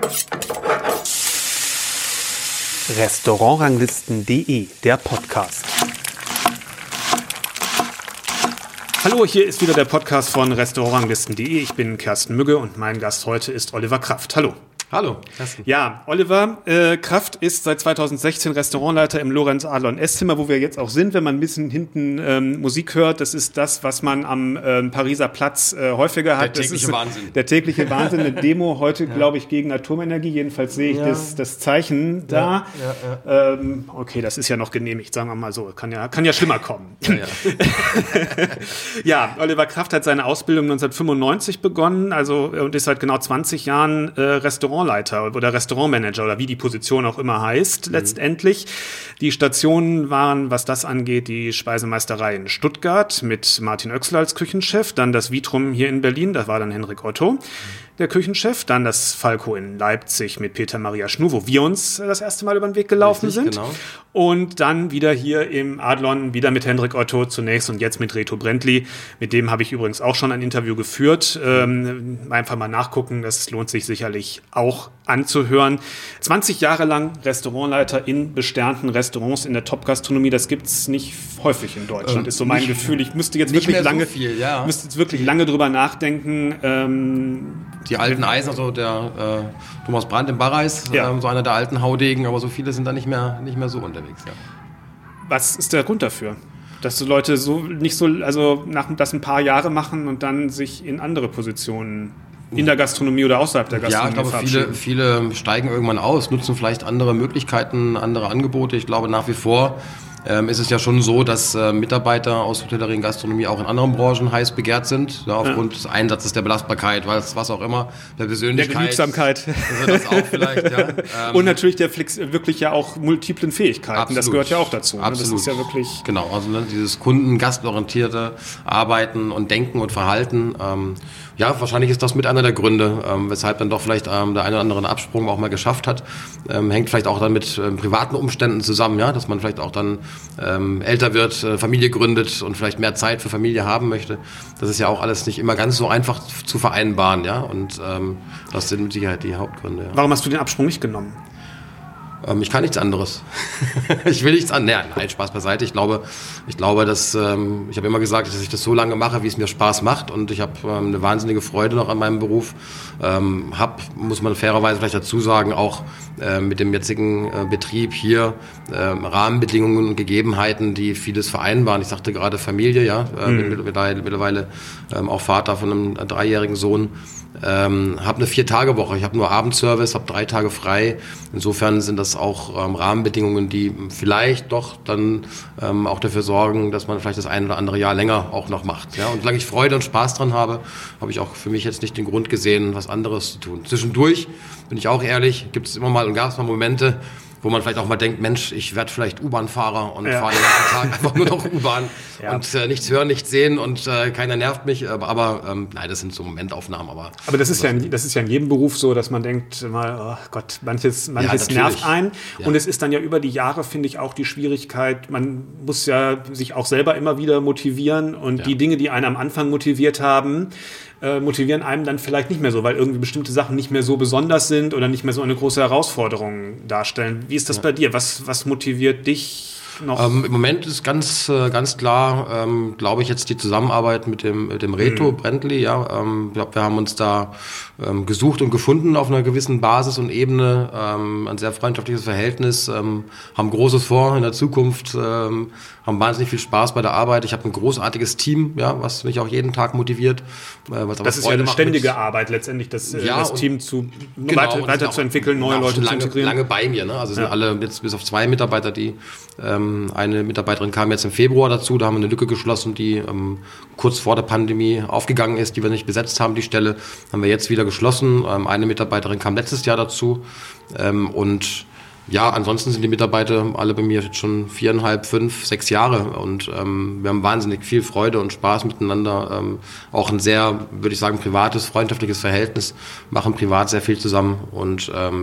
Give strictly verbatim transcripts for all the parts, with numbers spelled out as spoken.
Restaurantranglisten punkt de, der Podcast. Hallo, hier ist wieder der Podcast von Restaurantranglisten punkt de. Ich bin Kersten Mügge und mein Gast heute ist Oliver Kraft. Hallo. Hallo, Kersten. Ja, Oliver äh, Kraft ist seit zweitausendsechzehn Restaurantleiter im Lorenz Adler und Esszimmer, wo wir jetzt auch sind, wenn man ein bisschen hinten ähm, Musik hört. Das ist das, was man am ähm, Pariser Platz äh, häufiger hat. Der tägliche das ist, Wahnsinn. Der tägliche Wahnsinn, eine Demo heute, ja. glaube ich, gegen Atomenergie. Jedenfalls sehe ich ja. das, das Zeichen da. Ja, ja, ja. Ähm, okay, das ist ja noch genehmigt, sagen wir mal so. Kann ja, kann ja schlimmer kommen. Ja, ja. ja, Oliver Kraft hat seine Ausbildung neunzehnhundertfünfundneunzig begonnen, also und ist seit genau zwanzig Jahren äh, Restaurant Leiter oder Restaurantmanager oder wie die Position auch immer heißt, mhm. letztendlich. Die Stationen waren, was das angeht, die Speisemeisterei in Stuttgart mit Martin Oechsler als Küchenchef, dann das Vitrum hier in Berlin, da war dann Henrik Otto, mhm. der Küchenchef, dann das Falco in Leipzig mit Peter Maria Schnur, wo wir uns das erste Mal über den Weg gelaufen Richtig, sind. Genau. Und dann wieder hier im Adlon, wieder mit Henrik Otto zunächst und jetzt mit Reto Brändli. Mit dem habe ich übrigens auch schon ein Interview geführt. Ähm, einfach mal nachgucken, das lohnt sich sicherlich auch anzuhören. zwanzig Jahre lang Restaurantleiter in besternten Restaurants in der Top-Gastronomie, das gibt's nicht häufig in Deutschland, ähm, ist so mein nicht, Gefühl. Ich müsste jetzt wirklich lange, so viel, ja. müsste jetzt wirklich lange drüber nachdenken. Ähm, Die alten Eisen, also der äh, Thomas Brandt im Barreis, ja. ähm, so einer der alten Haudegen, aber so viele sind da nicht mehr, nicht mehr so unterwegs. Ja. Was ist der Grund dafür? Dass so Leute so nicht so, also nach das ein paar Jahre machen und dann sich in andere Positionen in der Gastronomie oder außerhalb der Gastronomie Ja, ich glaube, viele, viele steigen irgendwann aus, nutzen vielleicht andere Möglichkeiten, andere Angebote. Ich glaube, nach wie vor ähm, ist es ja schon so, dass äh, Mitarbeiter aus Hotellerie und Gastronomie auch in anderen Branchen heiß begehrt sind, ja, aufgrund ja. des Einsatzes der Belastbarkeit, was, was auch immer, der Persönlichkeit. Der Genügsamkeit. Also das auch vielleicht, ja. Ähm, und natürlich der Flex, wirklich ja auch multiplen Fähigkeiten, absolut. Das gehört ja auch dazu. Absolut. Ne? Das ist ja wirklich genau, also ne, dieses kundengastorientierte Arbeiten und Denken und Verhalten. Ähm, ja, wahrscheinlich ist das mit einer der Gründe, ähm, weshalb dann doch vielleicht ähm, der eine oder andere einen Absprung auch mal geschafft hat. Ähm, hängt vielleicht auch dann mit ähm, privaten Umständen zusammen, ja, dass man vielleicht auch dann ähm, älter wird, äh, Familie gründet und vielleicht mehr Zeit für Familie haben möchte. Das ist ja auch alles nicht immer ganz so einfach zu vereinbaren, ja, und ähm, das sind mit Sicherheit die Hauptgründe. Ja. Warum hast du den Absprung nicht genommen? Ich kann nichts anderes. Ich will nichts anderes. Nein, Spaß beiseite. Ich glaube, ich glaube, dass ähm, ich habe immer gesagt, dass ich das so lange mache, wie es mir Spaß macht, und ich habe ähm, eine wahnsinnige Freude noch an meinem Beruf. Ähm, hab, muss man fairerweise vielleicht dazu sagen, auch äh, mit dem jetzigen äh, Betrieb hier äh, Rahmenbedingungen und Gegebenheiten, die vieles vereinbaren. Ich sagte gerade Familie, ja, äh, mhm. bin mittlerweile, mittlerweile ähm, auch Vater von einem äh, dreijährigen Sohn. Ähm, habe eine Vier-Tage-Woche. Ich habe nur Abendservice, habe drei Tage frei. Insofern sind das auch ähm, Rahmenbedingungen, die vielleicht doch dann ähm, auch dafür sorgen, dass man vielleicht das ein oder andere Jahr länger auch noch macht. Ja? Und solange ich Freude und Spaß dran habe, habe ich auch für mich jetzt nicht den Grund gesehen, was anderes zu tun. Zwischendurch, bin ich auch ehrlich, gibt es immer mal und gab es mal Momente, wo man vielleicht auch mal denkt, Mensch, ich werde vielleicht U-Bahn-Fahrer und ja. fahre den ganzen Tag einfach nur noch U-Bahn ja. und äh, nichts hören, nichts sehen und äh, keiner nervt mich. Aber, aber ähm, nein, das sind so Momentaufnahmen. Aber, aber das ist ja in, das ist ja in jedem Beruf so, dass man denkt, mal, oh Gott, manches, manches ja, nervt einen. Ja. Und es ist dann ja über die Jahre, finde ich, auch die Schwierigkeit, man muss ja sich auch selber immer wieder motivieren und ja. die Dinge, die einen am Anfang motiviert haben, motivieren einem dann vielleicht nicht mehr so, weil irgendwie bestimmte Sachen nicht mehr so besonders sind oder nicht mehr so eine große Herausforderung darstellen. Wie ist das ja. bei dir? Was, was motiviert dich noch? Ähm, Im Moment ist ganz, ganz klar, ähm, glaube ich, jetzt die Zusammenarbeit mit dem, mit dem Reto mhm. Brändli. Ja, ähm, ich glaube, wir haben uns da ähm, gesucht und gefunden auf einer gewissen Basis und Ebene. Ähm, ein sehr freundschaftliches Verhältnis, ähm, haben Großes vor in der Zukunft, ähm, haben wahnsinnig viel Spaß bei der Arbeit. Ich habe ein großartiges Team, ja, was mich auch jeden Tag motiviert. Äh, was das ist Freude ja eine ständige mit, Arbeit letztendlich, das, ja, das Team zu genau, weiter, weiterzuentwickeln, neue Leute lange, zu integrieren. Lange bei mir, ne? Also sind ja. alle jetzt bis auf zwei Mitarbeiter, die ähm, eine Mitarbeiterin kam jetzt im Februar dazu, da haben wir eine Lücke geschlossen, die ähm, kurz vor der Pandemie aufgegangen ist, die wir nicht besetzt haben, die Stelle haben wir jetzt wieder geschlossen. Ähm, eine Mitarbeiterin kam letztes Jahr dazu ähm, und ja, ansonsten sind die Mitarbeiter alle bei mir jetzt schon viereinhalb, fünf, sechs Jahre und ähm, wir haben wahnsinnig viel Freude und Spaß miteinander. Ähm, auch ein sehr, würde ich sagen, privates, freundschaftliches Verhältnis, machen privat sehr viel zusammen und ähm,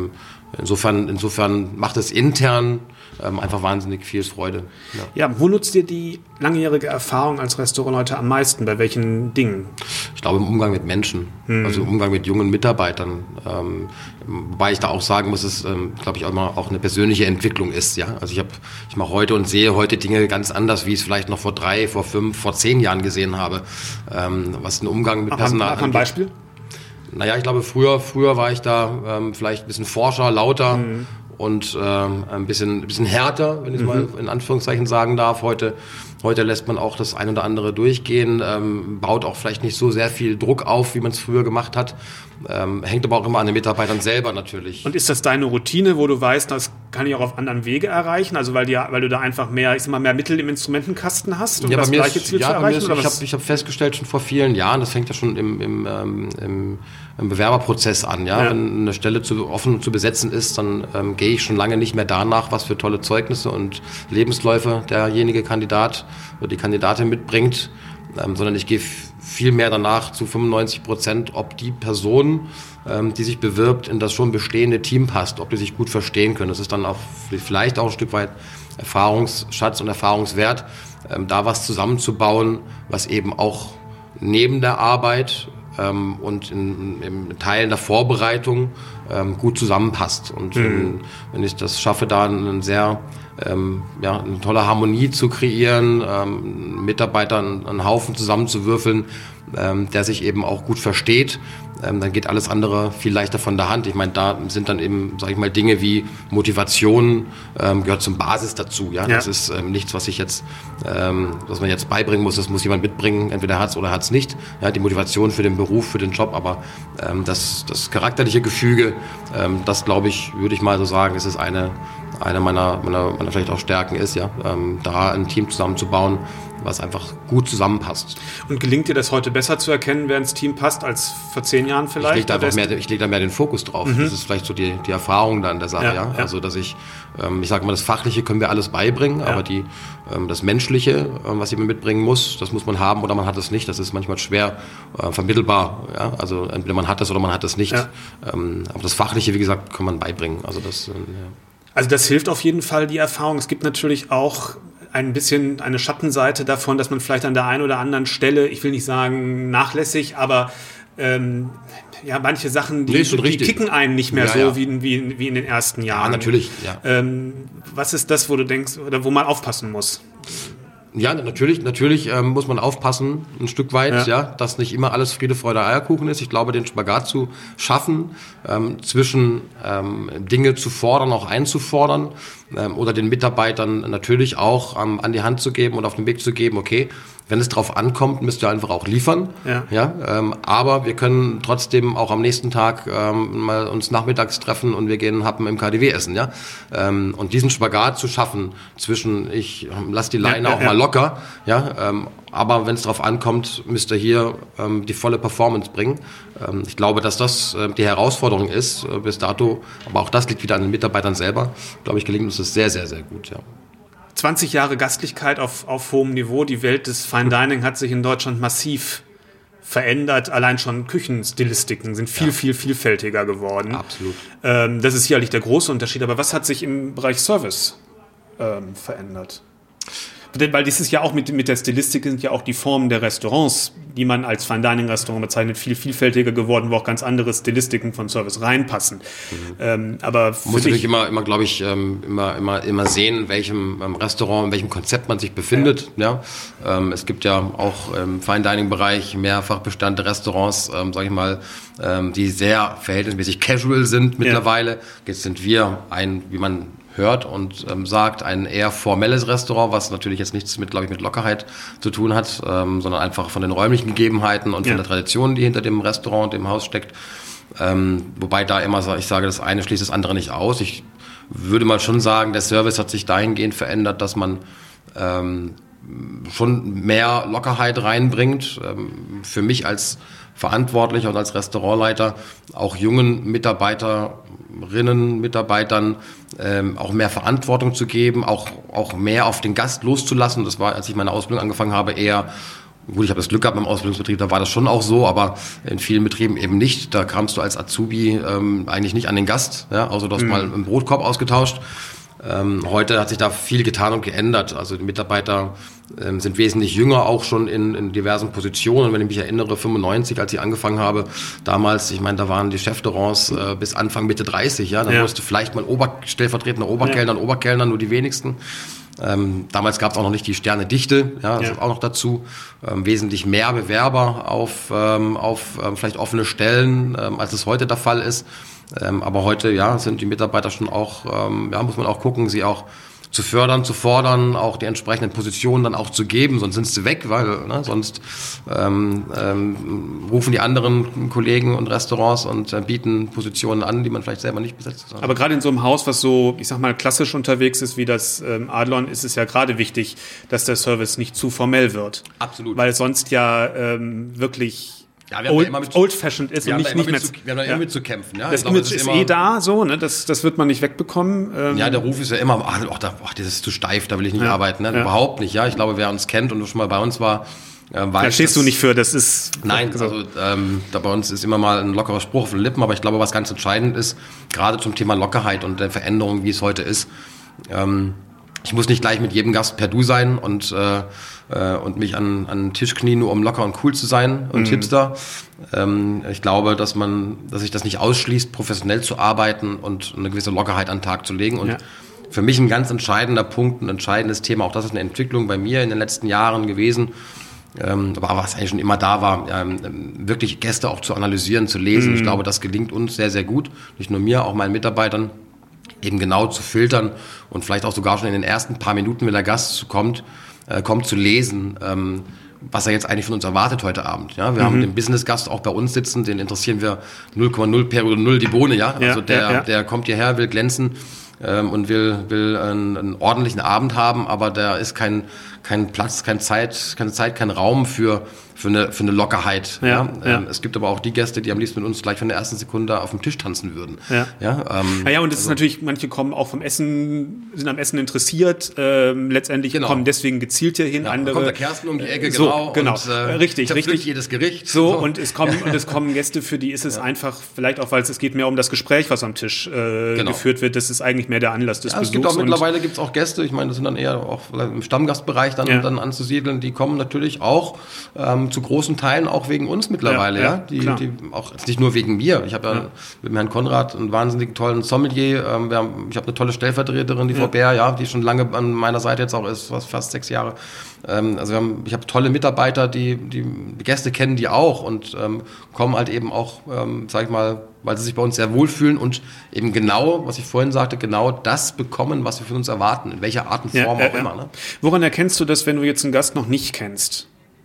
insofern, insofern macht es intern ähm, einfach wahnsinnig viel Freude. Ja. ja, wo nutzt ihr die langjährige Erfahrung als Restaurantleiter am meisten? Bei welchen Dingen? Ich glaube im Umgang mit Menschen, hm. also im Umgang mit jungen Mitarbeitern. Ähm, wobei ich da auch sagen muss, dass ähm, glaube ich auch immer auch eine persönliche Entwicklung ist. Ja, also ich habe, ich mache heute und sehe heute Dinge ganz anders, wie ich es vielleicht noch vor drei, vor fünf, vor zehn Jahren gesehen habe. Ähm, was den Umgang mit Ach, Personal angeht. Ein Beispiel? Naja, ich glaube, früher, früher war ich da ähm, vielleicht ein bisschen forscher, lauter mhm. und ähm, ein bisschen, ein bisschen härter, wenn ich es mhm. mal in Anführungszeichen sagen darf. Heute, heute lässt man auch das ein oder andere durchgehen, ähm, baut auch vielleicht nicht so sehr viel Druck auf, wie man es früher gemacht hat. Ähm, hängt aber auch immer an den Mitarbeitern selber natürlich. Und ist das deine Routine, wo du weißt, das kann ich auch auf anderen Wege erreichen? Also weil, die, weil du da einfach mehr, ich sag mal, mehr Mittel im Instrumentenkasten hast, um ja, das gleiche ist, Ziel ja, zu erreichen? Ist, oder ich habe ich hab festgestellt, schon vor vielen Jahren, das fängt ja schon im, im, ähm, im, im Bewerberprozess an. Ja? Ja. Wenn eine Stelle zu, offen zu besetzen ist, dann ähm, gehe ich schon lange nicht mehr danach, was für tolle Zeugnisse und Lebensläufe derjenige Kandidat oder die Kandidatin mitbringt, ähm, sondern ich gehe viel mehr danach zu fünfundneunzig Prozent, ob die Person, ähm, die sich bewirbt, in das schon bestehende Team passt, ob die sich gut verstehen können. Das ist dann auch vielleicht auch ein Stück weit Erfahrungsschatz und Erfahrungswert, ähm, da was zusammenzubauen, was eben auch neben der Arbeit ähm, und in, in Teilen der Vorbereitung ähm, gut zusammenpasst. Und mhm. wenn, wenn ich das schaffe, da einen sehr Ähm, ja, eine tolle Harmonie zu kreieren, ähm, Mitarbeitern einen Haufen zusammenzuwürfeln, ähm, der sich eben auch gut versteht, ähm, dann geht alles andere viel leichter von der Hand. Ich meine, da sind dann eben, sage ich mal, Dinge wie Motivation ähm, gehört zum Basis dazu. Ja, ja. Das ist ähm, nichts, was ich jetzt, ähm, was man jetzt beibringen muss. Das muss jemand mitbringen. Entweder hat es oder hat es nicht. Ja, die Motivation für den Beruf, für den Job, aber ähm, das, das charakterliche Gefüge, ähm, das glaube ich, würde ich mal so sagen, ist es eine eine meiner, meiner, meiner vielleicht auch Stärken ist, ja, ähm, da ein Team zusammenzubauen, was einfach gut zusammenpasst. Und gelingt dir das heute besser zu erkennen, wer ins Team passt, als vor zehn Jahren vielleicht? Ich lege da, mehr, ich leg da mehr den Fokus drauf. Mhm. Das ist vielleicht so die, die Erfahrung dann der Sache, ja. ja? ja. Also, dass ich, ähm, ich sage mal, das Fachliche können wir alles beibringen, ja. aber die, ähm, das Menschliche, ähm, was jemand mitbringen muss, das muss man haben oder man hat es nicht. Das ist manchmal schwer äh, vermittelbar. Ja? Also, entweder man hat es oder man hat es nicht. Ja. Ähm, aber das Fachliche, wie gesagt, kann man beibringen. Also, das, äh, ja. Also das hilft auf jeden Fall, die Erfahrung. Es gibt natürlich auch ein bisschen eine Schattenseite davon, dass man vielleicht an der einen oder anderen Stelle, ich will nicht sagen nachlässig, aber ähm, ja, manche Sachen, die, nee, die kicken einen nicht mehr ja, so ja. Wie, wie, wie in den ersten Jahren. Ja, natürlich. Ja. Ähm, was ist das, wo du denkst, oder wo man aufpassen muss? Ja, natürlich, natürlich ähm, muss man aufpassen, ein Stück weit, ja. ja, dass nicht immer alles Friede, Freude, Eierkuchen ist. Ich glaube, den Spagat zu schaffen, ähm, zwischen ähm, Dinge zu fordern, auch einzufordern, ähm, oder den Mitarbeitern natürlich auch ähm, an die Hand zu geben und auf den Weg zu geben, okay, wenn es drauf ankommt, müsst ihr einfach auch liefern. Ja. Ja, ähm, aber wir können trotzdem auch am nächsten Tag ähm, mal uns nachmittags treffen und wir gehen Happen im K D W essen. Ja? Ähm, und diesen Spagat zu schaffen zwischen, ich ähm, lass die Leine ja, ja, auch ja. mal locker, ja, ähm, aber wenn es drauf ankommt, müsst ihr hier ähm, die volle Performance bringen. Ähm, ich glaube, dass das äh, die Herausforderung ist äh, bis dato, aber auch das liegt wieder an den Mitarbeitern selber. Ich glaube, ich gelingt uns das sehr, sehr, sehr gut. Ja. zwanzig Jahre Gastlichkeit auf, auf hohem Niveau. Die Welt des Fine Dining hat sich in Deutschland massiv verändert. Allein schon Küchenstilistiken sind viel, ja. viel vielfältiger geworden. Absolut. Ähm, das ist sicherlich der große Unterschied. Aber was hat sich im Bereich Service ähm, verändert? Weil das ist ja auch mit, mit der Stilistik sind ja auch die Formen der Restaurants, die man als Fine-Dining-Restaurant bezeichnet, viel vielfältiger geworden, wo auch ganz andere Stilistiken von Service reinpassen. Mhm. Ähm, aber man muss natürlich immer, immer glaube ich, ähm, immer, immer, immer sehen, in welchem ähm, Restaurant, in welchem Konzept man sich befindet. Ja. Ja? Ähm, es gibt ja auch im Fine-Dining-Bereich mehrfach bestandene Restaurants, ähm, sage ich mal, ähm, die sehr verhältnismäßig casual sind mittlerweile. Ja. Jetzt sind wir ein, wie man hört und ähm, sagt, ein eher formelles Restaurant, was natürlich jetzt nichts mit, glaube ich, mit Lockerheit zu tun hat, ähm, sondern einfach von den räumlichen Gegebenheiten und ja. von der Tradition, die hinter dem Restaurant und dem Haus steckt. Ähm, wobei da immer, ich sage, das eine schließt das andere nicht aus. Ich würde mal schon sagen, der Service hat sich dahingehend verändert, dass man ähm, schon mehr Lockerheit reinbringt. Ähm, für mich als Verantwortlicher und als Restaurantleiter auch jungen Mitarbeiterinnen, Mitarbeitern ähm, auch mehr Verantwortung zu geben, auch, auch mehr auf den Gast loszulassen. Das war, als ich meine Ausbildung angefangen habe, eher Gut, ich habe das Glück gehabt beim Ausbildungsbetrieb, da war das schon auch so, aber in vielen Betrieben eben nicht. Da kamst du als Azubi ähm, eigentlich nicht an den Gast, ja, außer du hast mhm. mal einen Brotkorb ausgetauscht. Ähm, heute hat sich da viel getan und geändert. Also die Mitarbeiter ähm, sind wesentlich jünger, auch schon in, in diversen Positionen. Wenn ich mich erinnere, fünfundneunzig, als ich angefangen habe, damals, ich meine, da waren die Chefrestaurants äh, bis Anfang Mitte dreißig, ja, dann ja. musste vielleicht mal Ober- stellvertretender Oberkellner, ja. Oberkellner, nur die wenigsten. Ähm, damals gab es auch noch nicht die Sternedichte, ja, das ja. ist auch noch dazu. Ähm, wesentlich mehr Bewerber auf, ähm, auf ähm, vielleicht offene Stellen, ähm, als es heute der Fall ist. Ähm, aber heute, ja, sind die Mitarbeiter schon auch, ähm, ja, muss man auch gucken, sie auch zu fördern, zu fordern, auch die entsprechenden Positionen dann auch zu geben, sonst sind sie weg, weil ne, sonst ähm, ähm, rufen die anderen Kollegen und Restaurants und äh, bieten Positionen an, die man vielleicht selber nicht besetzt hat. Aber gerade in so einem Haus, was so, ich sag mal, klassisch unterwegs ist, wie das ähm, Adlon, ist es ja gerade wichtig, dass der Service nicht zu formell wird. Absolut. Weil sonst ja ähm, wirklich Ja, wir haben old, ja immer mit, old-fashioned ist wir und haben nicht, nicht mehr... Zu, wir haben da ja. immer mit zu kämpfen. Ja? Das glaube, Image das ist, ist eh da, so, ne? das, das wird man nicht wegbekommen. Ähm ja, der Ruf ist ja immer, ach, ach, da, ach das ist zu steif, da will ich nicht ja. arbeiten. Ne? Ja. Überhaupt nicht. Ja, ich glaube, wer uns kennt und schon mal bei uns war, äh, weiß... Da stehst das, du nicht für, das ist... Nein, also ähm, da bei uns ist immer mal ein lockerer Spruch auf den Lippen, aber ich glaube, was ganz entscheidend ist, gerade zum Thema Lockerheit und der Veränderung, wie es heute ist, ähm, ich muss nicht gleich mit jedem Gast per Du sein und, äh, äh, und mich an, an den Tisch knien, nur um locker und cool zu sein und mhm. Hipster. Ähm, ich glaube, dass man, dass sich das nicht ausschließt, professionell zu arbeiten und eine gewisse Lockerheit an den Tag zu legen. Und ja. für mich ein ganz entscheidender Punkt, ein entscheidendes Thema, auch das ist eine Entwicklung bei mir in den letzten Jahren gewesen, ähm, aber was eigentlich schon immer da war, ähm, wirklich Gäste auch zu analysieren, zu lesen. Mhm. Ich glaube, das gelingt uns sehr, sehr gut. Nicht nur mir, auch meinen Mitarbeitern. Eben genau zu filtern und vielleicht auch sogar schon in den ersten paar Minuten, wenn der Gast kommt, äh, kommt zu lesen, ähm, was er jetzt eigentlich von uns erwartet heute Abend. Ja, wir mhm. haben den Business-Gast auch bei uns sitzen, den interessieren wir null Komma null per null die Bohne, ja. ja also der, ja, ja. der kommt hierher, will glänzen ähm, und will, will einen, einen ordentlichen Abend haben, aber da ist kein, kein Platz, keine Zeit, keine Zeit, kein Raum für für eine, für eine Lockerheit. Ja, ja. Ja. Ähm, es gibt aber auch die Gäste, die am liebsten mit uns gleich von der ersten Sekunde auf dem Tisch tanzen würden. Ja, ja, ähm, ja, ja und es also, ist natürlich, manche kommen auch vom Essen, sind am Essen interessiert, ähm, letztendlich genau. kommen deswegen gezielt hierhin. Ja, andere kommt der Kersten um die Ecke, so, genau. genau. Und, äh, richtig, richtig. jedes Gericht. So, so. Und, es kommen, und es kommen Gäste, für die ist es ja. einfach, vielleicht auch, weil es, es geht mehr um das Gespräch, was am Tisch äh, genau. geführt wird. Das ist eigentlich mehr der Anlass des ja, Besuchs. Es gibt auch mittlerweile gibt's auch Gäste, ich meine, das sind dann eher auch im Stammgastbereich dann, ja. dann anzusiedeln, die kommen natürlich auch ähm, zu großen Teilen auch wegen uns mittlerweile, ja, ja. Die, die auch nicht nur wegen mir. Ich habe ja, ja mit dem Herrn Konrad einen wahnsinnig tollen Sommelier. Ähm, wir haben, ich habe eine tolle Stellvertreterin, die ja. Frau Bär, ja, die schon lange an meiner Seite jetzt auch ist, was fast sechs Jahre. Ähm, also wir haben, ich habe tolle Mitarbeiter, die die Gäste kennen, die auch und ähm, kommen halt eben auch, ähm, sag ich mal, weil sie sich bei uns sehr wohlfühlen und eben genau, was ich vorhin sagte, genau das bekommen, was wir von uns erwarten, in welcher Art und Form ja, auch ja. immer. Ne? Woran erkennst du das, wenn du jetzt einen Gast noch nicht kennst?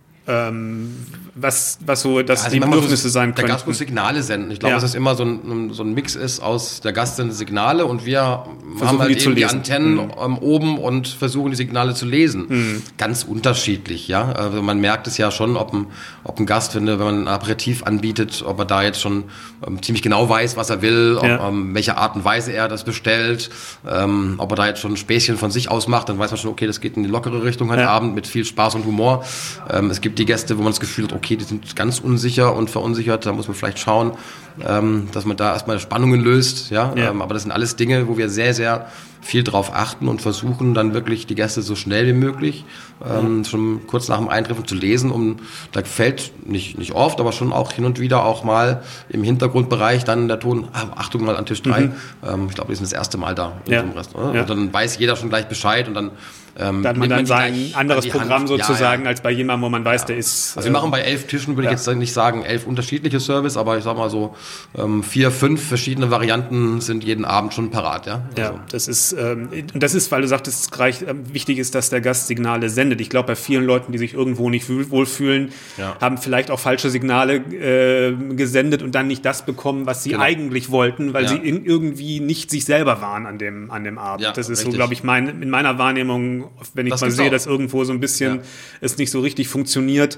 Ähm, was, was so dass also die Bedürfnisse so, sein können. Der Gast muss Signale senden. Ich glaube, ja. dass es immer so ein, so ein Mix ist aus der Gast sendet Signale und wir versuchen haben halt die, eben die Antennen mhm. oben und versuchen die Signale zu lesen. Mhm. Ganz unterschiedlich, ja. Also man merkt es ja schon, ob ein, ob ein Gast, wenn, wenn man ein Aperitif anbietet, ob er da jetzt schon ähm, ziemlich genau weiß, was er will, ja. ob, ähm, welche Art und Weise er das bestellt, ähm, ob er da jetzt schon ein Späßchen von sich aus macht, dann weiß man schon, okay, das geht in die lockere Richtung heute ja. Abend mit viel Spaß und Humor. Ähm, es gibt die Gäste, wo man das Gefühl hat, okay, die sind ganz unsicher und verunsichert, da muss man vielleicht schauen, ähm, dass man da erstmal Spannungen löst, ja, ja. Ähm, aber das sind alles Dinge, wo wir sehr, sehr viel drauf achten und versuchen dann wirklich die Gäste so schnell wie möglich ähm, schon kurz nach dem Eintreffen zu lesen, um da fällt nicht nicht oft, aber schon auch hin und wieder auch mal im Hintergrundbereich dann der Ton, ah, Achtung mal an Tisch drei, mhm. ähm, ich glaube, die sind das erste Mal da in ja. so einem Rest, oder? Ja. Und dann weiß jeder schon gleich Bescheid und dann Ähm, da hat man dann sein anderes Programm Hand, sozusagen, ja, ja. als bei jemandem, wo man weiß, ja. der ist... Also wir machen bei elf Tischen, würde ja. ich jetzt nicht sagen, elf unterschiedliche Service, aber ich sag mal so, ähm, vier, fünf verschiedene Varianten sind jeden Abend schon parat, ja. Ja, also. das ist, ähm, und das ist, weil du sagtest, gleich, äh, wichtig ist, dass der Gast Signale sendet. Ich glaube, bei vielen Leuten, die sich irgendwo nicht wohlfühlen, ja. haben vielleicht auch falsche Signale äh, gesendet und dann nicht das bekommen, was sie genau. eigentlich wollten, weil ja. sie in, irgendwie nicht sich selber waren an dem, an dem Abend. Ja, das ist richtig. So, glaube ich, mein, in meiner Wahrnehmung, wenn ich das mal sehe, auch. dass irgendwo so ein bisschen ja. es nicht so richtig funktioniert.